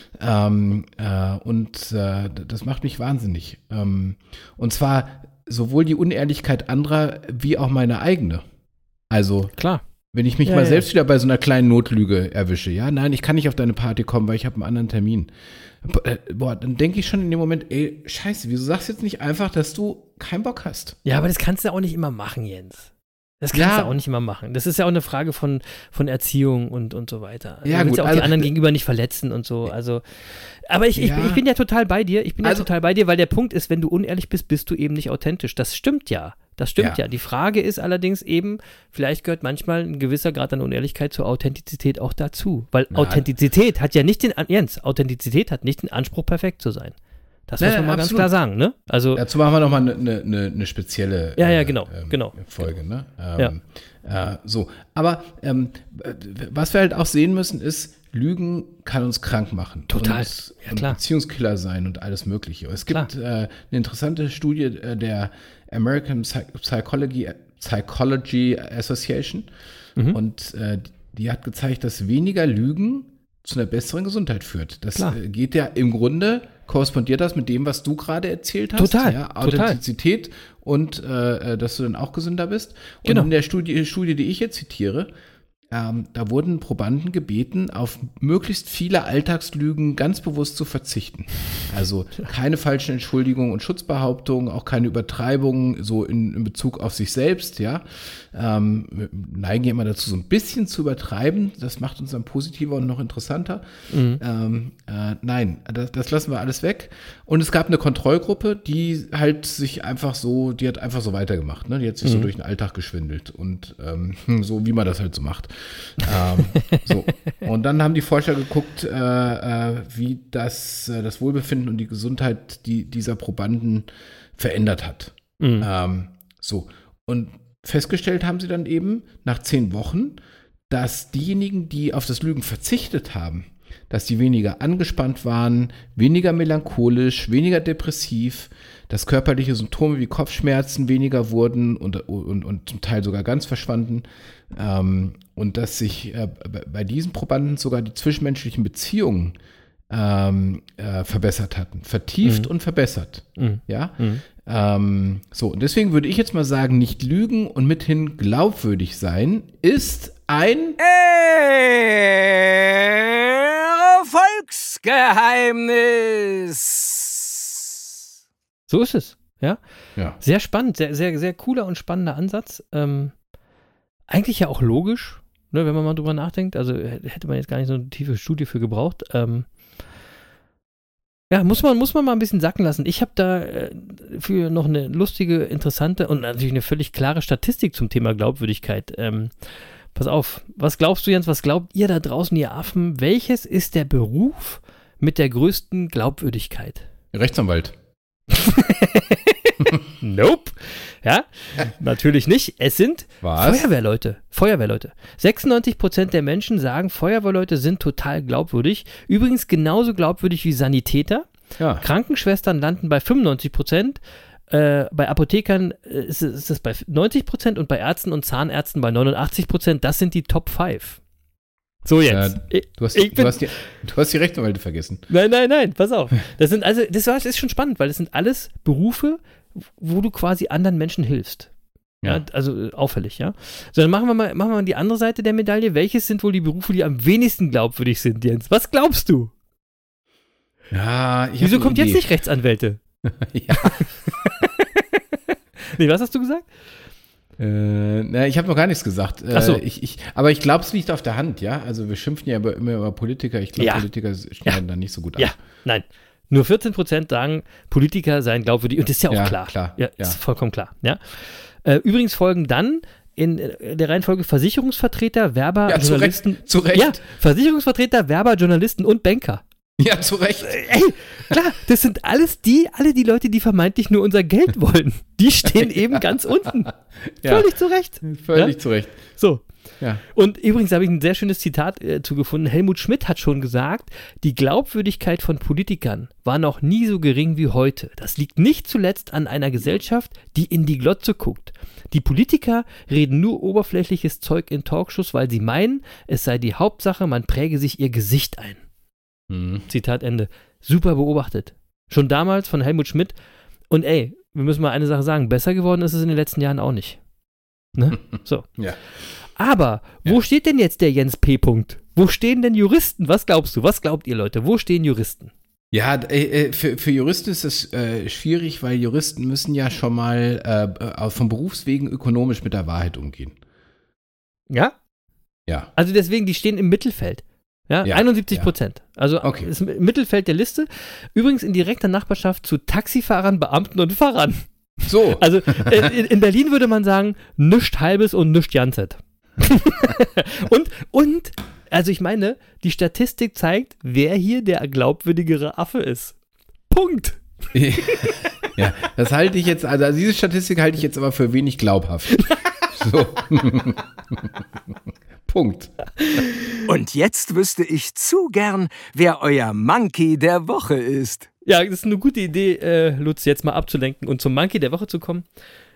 Das macht mich wahnsinnig. Und zwar sowohl die Unehrlichkeit anderer, wie auch meine eigene. Also, klar. Wenn ich mich mal selbst wieder bei so einer kleinen Notlüge erwische, ja, nein, ich kann nicht auf deine Party kommen, weil ich habe einen anderen Termin. Boah, dann denke ich schon in dem Moment, ey, scheiße, wieso sagst du jetzt nicht einfach, dass du keinen Bock hast? Ja, aber das kannst du auch nicht immer machen, Jens. Das kannst du auch nicht immer machen. Das ist ja auch eine Frage von Erziehung und so weiter. Ja, du willst gut, ja auch also, die anderen gegenüber nicht verletzen und so. Also, aber ich bin ja total bei dir. Total bei dir, weil der Punkt ist, wenn du unehrlich bist, bist du eben nicht authentisch. Das stimmt ja. Die Frage ist allerdings eben, vielleicht gehört manchmal ein gewisser Grad an Unehrlichkeit zur Authentizität auch dazu. Weil Authentizität hat ja nicht den Anspruch, perfekt zu sein. Das muss man mal ganz klar sagen, ne? Also, dazu machen wir nochmal eine spezielle genau. Folge, ne? So, aber was wir halt auch sehen müssen ist, Lügen kann uns krank machen. Total, und Beziehungskiller sein und alles Mögliche. Es gibt eine interessante Studie der American Psychology Association und die hat gezeigt, dass weniger Lügen zu einer besseren Gesundheit führt. Das geht ja im Grunde, korrespondiert das mit dem, was du gerade erzählt hast. Total. Ja, Authentizität und dass du dann auch gesünder bist. Und genau. in der Studie, die ich jetzt zitiere, da wurden Probanden gebeten, auf möglichst viele Alltagslügen ganz bewusst zu verzichten. Also keine falschen Entschuldigungen und Schutzbehauptungen, auch keine Übertreibungen so in Bezug auf sich selbst, ja. Wir neigen ja immer dazu, so ein bisschen zu übertreiben. Das macht uns dann positiver und noch interessanter. Nein, das lassen wir alles weg. Und es gab eine Kontrollgruppe, die halt die hat einfach so weitergemacht. Ne? Die hat sich so durch den Alltag geschwindelt und so, wie man das halt so macht. So. Und dann haben die Forscher geguckt, wie das Wohlbefinden und die Gesundheit dieser Probanden verändert hat. So. Und festgestellt haben sie dann eben nach 10 Wochen, dass diejenigen, die auf das Lügen verzichtet haben, dass die weniger angespannt waren, weniger melancholisch, weniger depressiv, dass körperliche Symptome wie Kopfschmerzen weniger wurden und zum Teil sogar ganz verschwanden. Und dass sich bei diesen Probanden sogar die zwischenmenschlichen Beziehungen verbessert hatten. Vertieft und verbessert. Ja? So, und deswegen würde ich jetzt mal sagen, nicht lügen und mithin glaubwürdig sein ist ein Erfolgsgeheimnis. So ist es, ja. Sehr spannend, sehr, sehr, sehr cooler und spannender Ansatz. Eigentlich ja auch logisch, ne, wenn man mal drüber nachdenkt. Also hätte man jetzt gar nicht so eine tiefe Studie für gebraucht. Muss man mal ein bisschen sacken lassen. Ich habe da für noch eine lustige, interessante und natürlich eine völlig klare Statistik zum Thema Glaubwürdigkeit. Pass auf, was glaubst du, Jens, was glaubt ihr da draußen, ihr Affen? Welches ist der Beruf mit der größten Glaubwürdigkeit? Rechtsanwalt. Nope. Ja, natürlich nicht. Es sind Feuerwehrleute. 96% der Menschen sagen, Feuerwehrleute sind total glaubwürdig. Übrigens genauso glaubwürdig wie Sanitäter. Ja. Krankenschwestern landen bei 95%. Bei Apothekern ist es bei 90% und bei Ärzten und Zahnärzten bei 89%. Das sind die Top 5. So jetzt. Du hast die Rechtsanwälte vergessen. Nein, pass auf. Das ist schon spannend, weil das sind alles Berufe, wo du quasi anderen Menschen hilfst. Ja, also auffällig, ja. So, dann machen wir mal die andere Seite der Medaille. Welches sind wohl die Berufe, die am wenigsten glaubwürdig sind, Jens? Was glaubst du? Ja, Wieso kommt jetzt nicht Rechtsanwälte? Ja. Nee, was hast du gesagt? Ich habe noch gar nichts gesagt. Ach so. Aber ich glaube, es liegt auf der Hand, ja. Also wir schimpfen ja immer über Politiker. Ich glaube, Politiker schneiden da nicht so gut ab. Ja, nein. Nur 14% sagen, Politiker seien glaubwürdig. Und das ist ja auch klar. Ja, ist vollkommen klar. Ja. Übrigens folgen dann in der Reihenfolge Versicherungsvertreter, Werber, Journalisten. Zu Recht. Ja, Versicherungsvertreter, Werber, Journalisten und Banker. Ja, zu Recht. Ey, klar, das sind alle die Leute, die vermeintlich nur unser Geld wollen. Die stehen eben ganz unten. Ja. Völlig zu Recht. Völlig zu Recht. So. Ja. Und übrigens habe ich ein sehr schönes Zitat zugefunden. Helmut Schmidt hat schon gesagt, die Glaubwürdigkeit von Politikern war noch nie so gering wie heute. Das liegt nicht zuletzt an einer Gesellschaft, die in die Glotze guckt. Die Politiker reden nur oberflächliches Zeug in Talkshows, weil sie meinen, es sei die Hauptsache, man präge sich ihr Gesicht ein. Zitat Ende. Super beobachtet. Schon damals von Helmut Schmidt. Und ey, wir müssen mal eine Sache sagen, besser geworden ist es in den letzten Jahren auch nicht. Ne? So. Ja. Aber, wo steht denn jetzt der Jens P. Punkt? Wo stehen denn Juristen? Was glaubst du? Was glaubt ihr, Leute? Wo stehen Juristen? Ja, für Juristen ist es schwierig, weil Juristen müssen ja schon mal vom Berufswegen ökonomisch mit der Wahrheit umgehen. Ja? Ja. Also deswegen, die stehen im Mittelfeld. Ja, 71%. Also ist im Mittelfeld der Liste. Übrigens in direkter Nachbarschaft zu Taxifahrern, Beamten und Fahrern. So. Also in Berlin würde man sagen, nischt Halbes und nischt Janset. und, also ich meine, die Statistik zeigt, wer hier der glaubwürdigere Affe ist. Punkt. Ja, das halte ich jetzt, also diese Statistik halte ich jetzt aber für wenig glaubhaft. So. Punkt. Und jetzt wüsste ich zu gern, wer euer Monkey der Woche ist. Ja, das ist eine gute Idee, Lutz, jetzt mal abzulenken und zum Monkey der Woche zu kommen.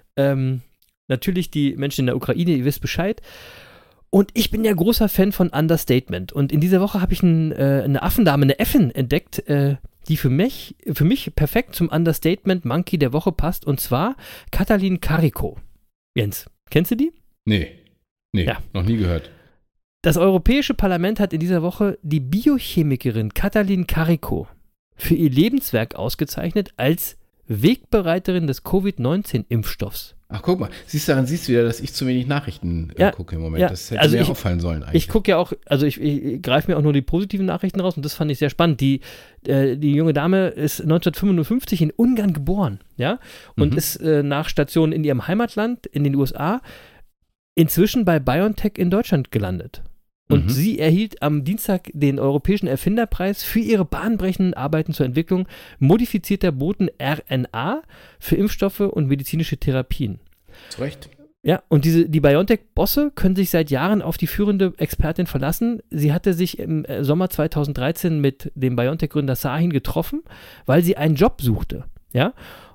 Natürlich die Menschen in der Ukraine, ihr wisst Bescheid. Und ich bin ja großer Fan von Understatement. Und in dieser Woche habe ich eine Affendame, eine Äffin entdeckt, die für mich perfekt zum Understatement Monkey der Woche passt. Und zwar Katalin Kariko. Jens, kennst du die? Nee, ja. Noch nie gehört. Das Europäische Parlament hat in dieser Woche die Biochemikerin Katalin Kariko für ihr Lebenswerk ausgezeichnet als Wegbereiterin des Covid-19-Impfstoffs. Ach, guck mal, siehst du wieder, dass ich zu wenig Nachrichten gucke im Moment. Ja, das hätte mir auffallen sollen eigentlich. Ich gucke ja auch, also ich greife mir auch nur die positiven Nachrichten raus und das fand ich sehr spannend. Die junge Dame ist 1955 in Ungarn geboren, ja, und ist nach Stationen in ihrem Heimatland, in den USA, inzwischen bei BioNTech in Deutschland gelandet. Und sie erhielt am Dienstag den Europäischen Erfinderpreis für ihre bahnbrechenden Arbeiten zur Entwicklung modifizierter Boten-RNA für Impfstoffe und medizinische Therapien. Zu Recht. Ja, und die BioNTech-Bosse können sich seit Jahren auf die führende Expertin verlassen. Sie hatte sich im Sommer 2013 mit dem BioNTech-Gründer Sahin getroffen, weil sie einen Job suchte. Ja,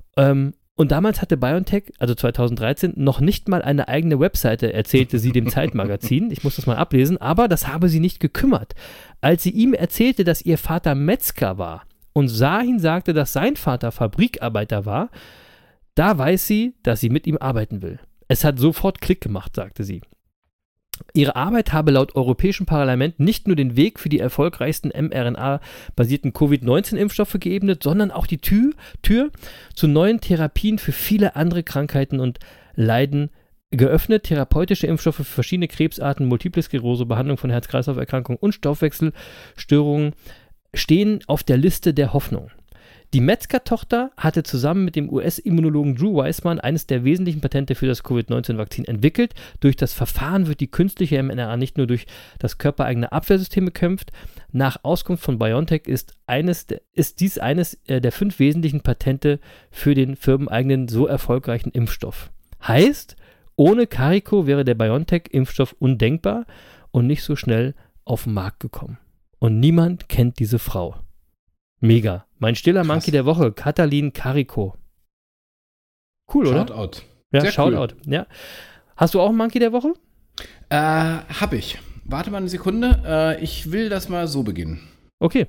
und damals hatte BioNTech, also 2013, noch nicht mal eine eigene Webseite, erzählte sie dem Zeitmagazin. Ich muss das mal ablesen, aber das habe sie nicht gekümmert. Als sie ihm erzählte, dass ihr Vater Metzger war und Sahin sagte, dass sein Vater Fabrikarbeiter war, da weiß sie, dass sie mit ihm arbeiten will. Es hat sofort Klick gemacht, sagte sie. Ihre Arbeit habe laut Europäischem Parlament nicht nur den Weg für die erfolgreichsten mRNA-basierten Covid-19-Impfstoffe geebnet, sondern auch die Tür zu neuen Therapien für viele andere Krankheiten und Leiden geöffnet. Therapeutische Impfstoffe für verschiedene Krebsarten, Multiple Sklerose, Behandlung von Herz-Kreislauf-Erkrankungen und Stoffwechselstörungen stehen auf der Liste der Hoffnung. Die Metzger-Tochter hatte zusammen mit dem US-Immunologen Drew Weissman eines der wesentlichen Patente für das Covid-19-Vakzin entwickelt. Durch das Verfahren wird die künstliche mRNA nicht nur durch das körpereigene Abwehrsystem bekämpft. Nach Auskunft von BioNTech ist dies eines der 5 wesentlichen Patente für den firmeneigenen so erfolgreichen Impfstoff. Heißt, ohne Kariko wäre der BioNTech-Impfstoff undenkbar und nicht so schnell auf den Markt gekommen. Und niemand kennt diese Frau. Mega. Mein stiller Monkey der Woche, Katalin Kariko. Cool, oder? Shoutout. Ja, sehr Shoutout. Cool. Ja. Hast du auch einen Monkey der Woche? Hab ich. Warte mal eine Sekunde. Ich will das mal so beginnen. Okay.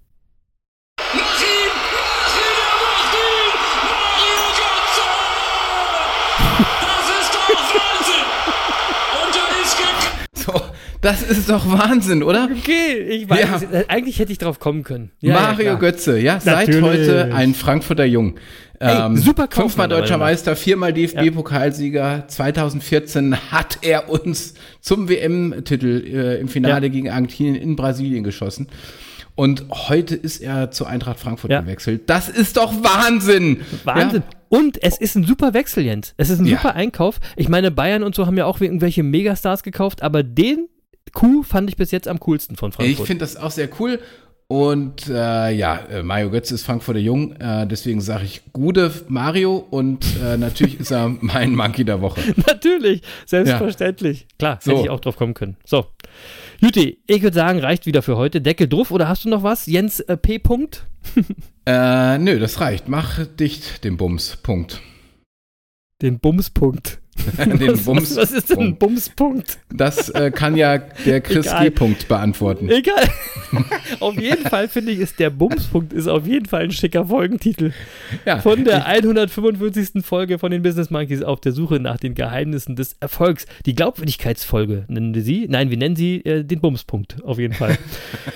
Das ist doch Wahnsinn, oder? Okay, ich weiß. Ja. Eigentlich hätte ich drauf kommen können. Ja, Mario Götze, ja, seit heute ein Frankfurter Jung. super Kauf, fünfmal meiner deutscher Meinung nach. Meister, viermal DFB-Pokalsieger. 2014 hat er uns zum WM-Titel im Finale gegen Argentinien in Brasilien geschossen. Und heute ist er zu Eintracht Frankfurt gewechselt. Das ist doch Wahnsinn! Wahnsinn. Ja. Und es ist ein super Wechsel, Jens. Es ist ein super Einkauf. Ich meine, Bayern und so haben ja auch irgendwelche Megastars gekauft, aber den Coup fand ich bis jetzt am coolsten von Frankfurt. Ich finde das auch sehr cool. Und Mario Götze ist Frankfurter Jung, deswegen sage ich Gude Mario und natürlich ist er mein Monkey der Woche. Natürlich, selbstverständlich. Klar, hätte ich auch drauf kommen können. So, Juti, ich würde sagen, reicht wieder für heute. Deckel drauf oder hast du noch was? Jens P. Punkt? Nö, das reicht. Mach dicht den Bums. Punkt. Den Bumspunkt. Was ist denn ein Bumspunkt? Das kann ja der Chris G. Punkt beantworten. Egal. Auf jeden Fall finde ich, ist der Bumspunkt ist auf jeden Fall ein schicker Folgentitel. Ja, von der 145. Folge von den Business Monkeys auf der Suche nach den Geheimnissen des Erfolgs. Die Glaubwürdigkeitsfolge nennen wir sie. Nein, wir nennen sie den Bumspunkt. Auf jeden Fall.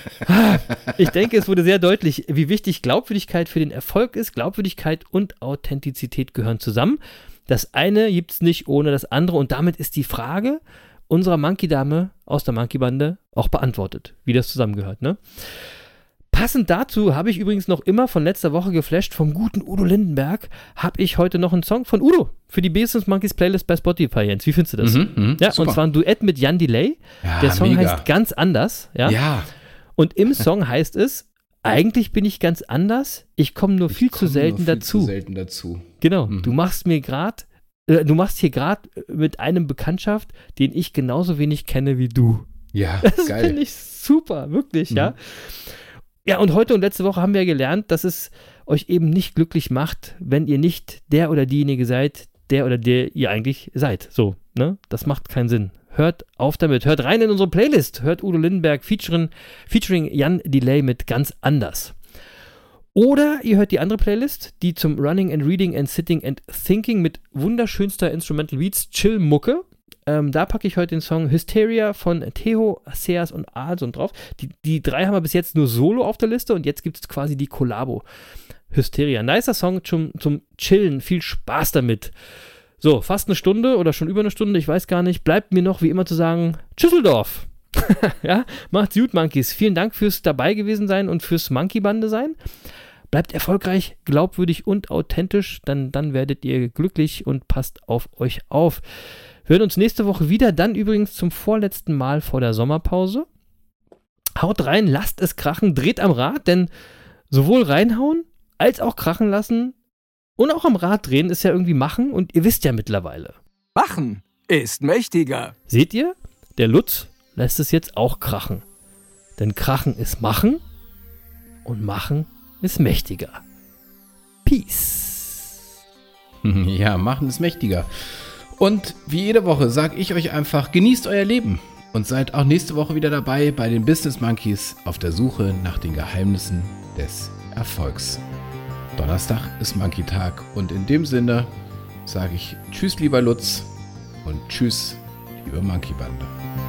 Ich denke, es wurde sehr deutlich, wie wichtig Glaubwürdigkeit für den Erfolg ist. Glaubwürdigkeit und Authentizität gehören zusammen. Das eine gibt es nicht ohne das andere und damit ist die Frage unserer Monkey-Dame aus der Monkey-Bande auch beantwortet, wie das zusammengehört, ne? Passend dazu habe ich übrigens noch immer von letzter Woche geflasht vom guten Udo Lindenberg, habe ich heute noch einen Song von Udo für die Business Monkeys Playlist bei Spotify, Jens. Wie findest du das? Ja, super. Und zwar ein Duett mit Jan Delay. Ja, der Song heißt Ganz anders. Ja. Und im Song heißt es, eigentlich bin ich ganz anders, ich komme nur viel zu selten dazu. Genau, du machst hier gerade mit einem Bekanntschaft, den ich genauso wenig kenne wie du. Ja, das geil. finde ich super, wirklich, ja. Ja, und heute und letzte Woche haben wir gelernt, dass es euch eben nicht glücklich macht, wenn ihr nicht der oder diejenige seid, der oder der ihr eigentlich seid. So, ne? Das macht keinen Sinn. Hört auf damit. Hört rein in unsere Playlist. Hört Udo Lindenberg featuring Jan Delay mit Ganz anders. Oder ihr hört die andere Playlist, die zum Running and Reading and Sitting and Thinking mit wunderschönster Instrumental Beats Chill-Mucke. Da packe ich heute den Song Hysteria von Theo, Seas und Alson drauf. Die drei haben wir bis jetzt nur solo auf der Liste und jetzt gibt es quasi die Kollabo. Hysteria. Nicer Song zum Chillen. Viel Spaß damit. So, fast eine Stunde oder schon über eine Stunde, ich weiß gar nicht. Bleibt mir noch wie immer zu sagen, Tschüsseldorf. Ja, macht's gut, Monkeys. Vielen Dank fürs dabei gewesen sein und fürs Monkey-Bande sein. Bleibt erfolgreich, glaubwürdig und authentisch, dann werdet ihr glücklich und passt auf euch auf. Wir hören uns nächste Woche wieder, dann übrigens zum vorletzten Mal vor der Sommerpause. Haut rein, lasst es krachen, dreht am Rad, denn sowohl reinhauen als auch krachen lassen und auch am Rad drehen ist ja irgendwie machen und ihr wisst ja mittlerweile. Machen ist mächtiger. Seht ihr? Der Lutz lässt es jetzt auch krachen. Denn krachen ist machen und machen ist mächtiger. Peace. Ja, machen ist mächtiger. Und wie jede Woche sage ich euch einfach, genießt euer Leben und seid auch nächste Woche wieder dabei bei den Business Monkeys auf der Suche nach den Geheimnissen des Erfolgs. Donnerstag ist Monkey-Tag und in dem Sinne sage ich Tschüss, lieber Lutz und Tschüss, liebe Monkey-Bande.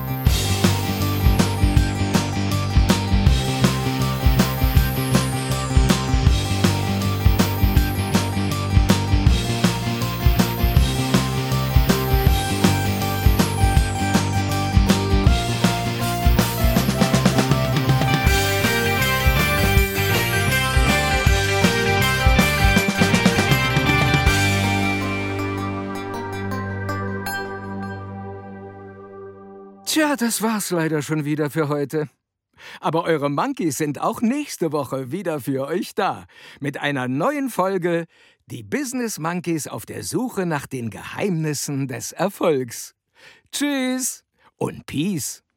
Tja, das war's leider schon wieder für heute. Aber eure Monkeys sind auch nächste Woche wieder für euch da. Mit einer neuen Folge Die Business Monkeys auf der Suche nach den Geheimnissen des Erfolgs. Tschüss und Peace.